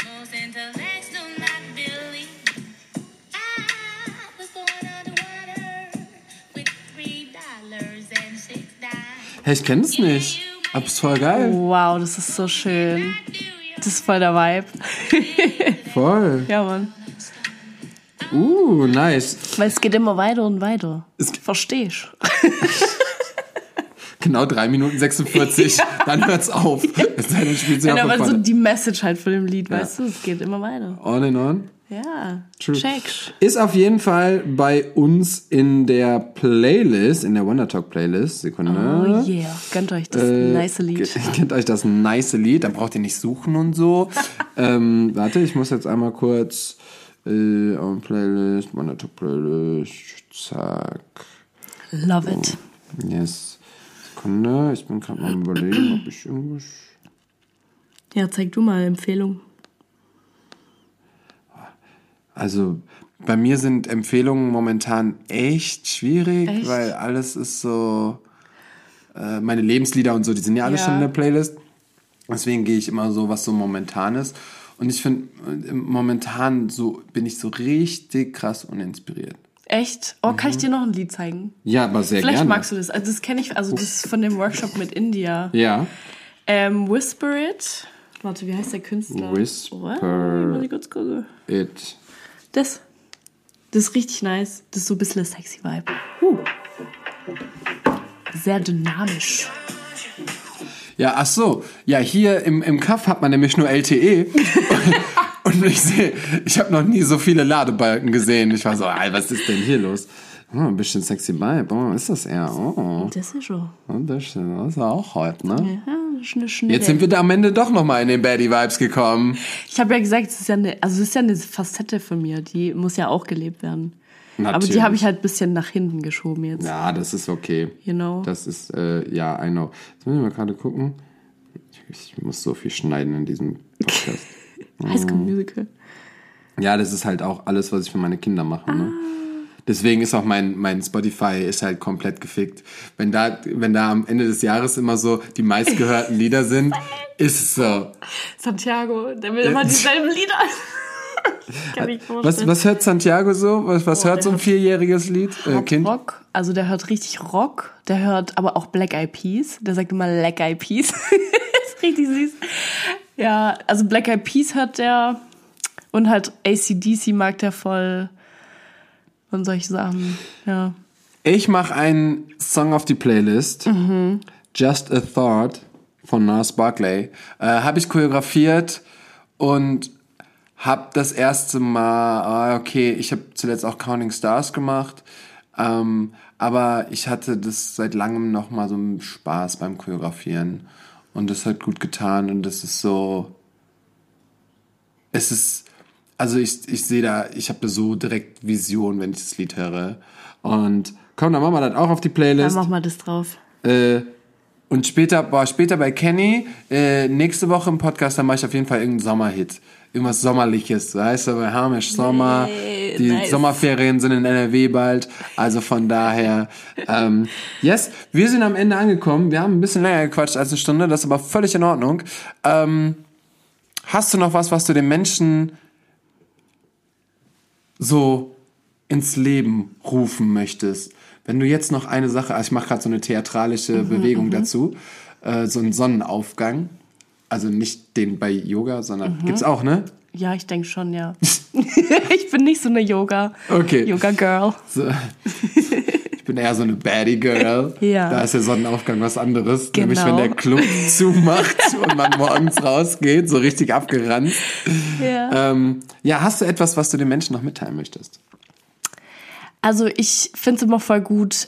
Hey, ich kenne es nicht. Aber ist voll geil. Wow, das ist so schön. Das ist voll der Vibe. Voll. Ja, Mann. Nice. Weil es geht immer weiter und weiter. Verstehst du? Genau 3 Minuten 46, dann hört's auf. Es sei denn, spielt's ja aber von so vorne. die Message halt von dem Lied, weißt du, es geht immer weiter. On and on. Ja, True. checkst. Ist auf jeden Fall bei uns in der Playlist, in der Wonder Talk Playlist. Sekunde. Oh yeah, gönnt euch das nice Lied. Kennt euch das nice Lied, dann braucht ihr nicht suchen und so. Warte, ich muss jetzt einmal kurz auf Playlist, Wonder Talk Playlist, zack. Love it. Yes. Sekunde, ich bin gerade mal am Überlegen, ob ich irgendwas... Ja, zeig du mal Empfehlung. Also bei mir sind Empfehlungen momentan echt schwierig, Echt? weil alles ist so, meine Lebenslieder und so, die sind ja alle schon in der Playlist. Deswegen gehe ich immer so, was so momentan ist. Und ich finde, momentan so bin ich so richtig krass uninspiriert. Echt? Oh, kann ich dir noch ein Lied zeigen? Ja, aber sehr Vielleicht gerne. magst du das. Also das kenne ich, also das ist von dem Workshop mit India. Ja. Whisper It. Warte, wie heißt der Künstler? Whisper muss ich kurz gucken. It. Das ist richtig nice. Das ist so ein bisschen ein sexy Vibe. Sehr dynamisch. Ja, ach so. Ja, hier im Kaff hat man nämlich nur LTE. Und ich habe noch nie so viele Ladebalken gesehen. Ich war so, was ist denn hier los? Oh, ein bisschen sexy Vibe. Oh, ist das eher? Oh. Das ist schon. Das ist auch heute, ne? Ja, das ist eine Schnelle. Jetzt sind wir da am Ende doch nochmal in den Baddie-Vibes gekommen. Ich habe ja gesagt, es ist ja eine Facette von mir. Die muss ja auch gelebt werden. Natürlich. Aber die habe ich halt ein bisschen nach hinten geschoben jetzt. Ja, das ist okay. You know? Das ist, ja, I know. Jetzt müssen wir mal gerade gucken. Ich muss so viel schneiden in diesem Podcast. High School Musical. Ja, das ist halt auch alles, was ich für meine Kinder mache, ne? Deswegen ist auch mein Spotify ist halt komplett gefickt. Wenn da am Ende des Jahres immer so die meistgehörten Lieder sind, ist es so. Santiago, der will immer dieselben Lieder. Kann ich vorstellen. Was hört Santiago so? Was hört so ein 4-jähriges Lied? Kind? Rock. Also der hört richtig Rock. Der hört aber auch Black Eyed Peas. Der sagt immer Black Eyed Peas. Ist richtig süß. Ja, also Black Eyed Peas hört der. Und halt AC/DC mag der voll. Und solche Sachen, ja. Ich mache einen Song auf die Playlist. Just a Thought von Nas Barkley. Habe ich choreografiert und habe das erste Mal, ich habe zuletzt auch Counting Stars gemacht, aber ich hatte das seit langem noch mal so einen Spaß beim Choreografieren und das hat gut getan und das ist so, also ich sehe da, ich habe da so direkt Vision, wenn ich das Lied höre. Und komm, dann machen wir das auch auf die Playlist. Dann machen wir das drauf. Und später bei Kenny, nächste Woche im Podcast, dann mache ich auf jeden Fall irgendeinen Sommerhit. Irgendwas Sommerliches, weißt du, wir haben ja Sommer, die nice. Sommerferien sind in NRW bald, also von daher, yes, wir sind am Ende angekommen, wir haben ein bisschen länger gequatscht als eine Stunde, das ist aber völlig in Ordnung. Hast du noch was du den Menschen so ins Leben rufen möchtest? Wenn du jetzt noch eine Sache, also ich mache gerade so eine theatralische Bewegung dazu, so einen Sonnenaufgang, also nicht den bei Yoga, sondern gibt's auch, ne? Ja, ich denke schon, ja. Ich bin nicht so eine Yoga-Girl. So. Ich bin eher so eine Baddie-Girl. Ja. Da ist der Sonnenaufgang was anderes. Genau. Nämlich wenn der Club zumacht und man morgens rausgeht, so richtig abgerannt. Ja. Hast du etwas, was du den Menschen noch mitteilen möchtest? Also ich finde es immer voll gut,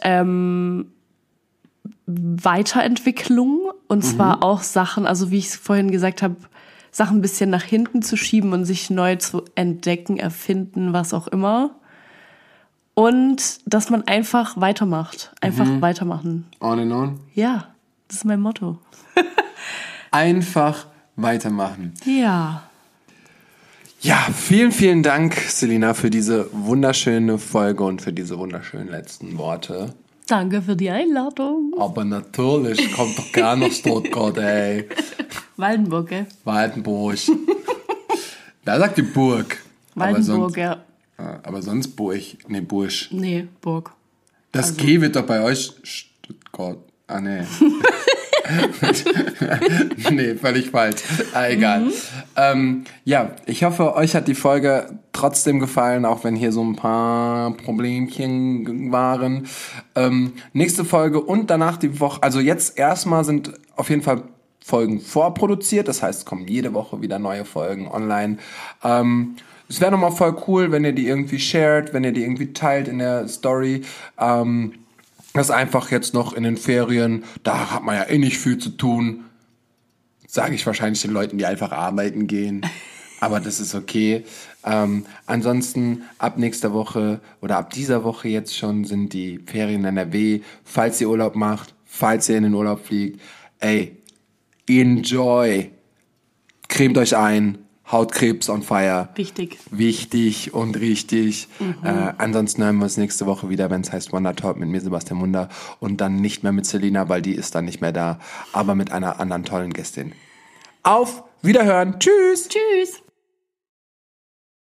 Weiterentwicklung und zwar auch Sachen, also wie ich es vorhin gesagt habe, Sachen ein bisschen nach hinten zu schieben und sich neu zu entdecken, erfinden, was auch immer. Und dass man einfach weitermacht. Einfach weitermachen. On and on? Ja, das ist mein Motto. Einfach weitermachen. Ja. Ja, vielen, vielen Dank, Selina, für diese wunderschöne Folge und für diese wunderschönen letzten Worte. Danke für die Einladung. Aber natürlich, kommt doch gar nach Stuttgart, ey. Waldenburg, gell? Waldenburg. Wer sagt die Burg? Waldenburg, ja. Aber sonst Burg. Nee, Bursch. Nee, Burg. Das also. G wird doch bei euch Stuttgart. Ah, nee. Nee, völlig falsch. Egal. Ja, ich hoffe, euch hat die Folge trotzdem gefallen, auch wenn hier so ein paar Problemchen waren. Nächste Folge und danach die Woche, also jetzt erstmal sind auf jeden Fall Folgen vorproduziert, das heißt, es kommen jede Woche wieder neue Folgen online. Es wäre nochmal voll cool, wenn ihr die irgendwie shared, wenn ihr die irgendwie teilt in der Story. Das einfach jetzt noch in den Ferien, da hat man ja eh nicht viel zu tun. Sage ich wahrscheinlich den Leuten, die einfach arbeiten gehen. Aber das ist okay. Ansonsten ab nächster Woche oder ab dieser Woche jetzt schon sind die Ferien in NRW. Falls ihr Urlaub macht, falls ihr in den Urlaub fliegt, ey, enjoy. Cremt euch ein. Hautkrebs on fire. Wichtig und richtig. Ansonsten hören wir uns nächste Woche wieder, wenn es heißt Wonder Talk mit mir, Sebastian Munder. Und dann nicht mehr mit Selina, weil die ist dann nicht mehr da. Aber mit einer anderen tollen Gästin. Auf Wiederhören. Tschüss. Tschüss.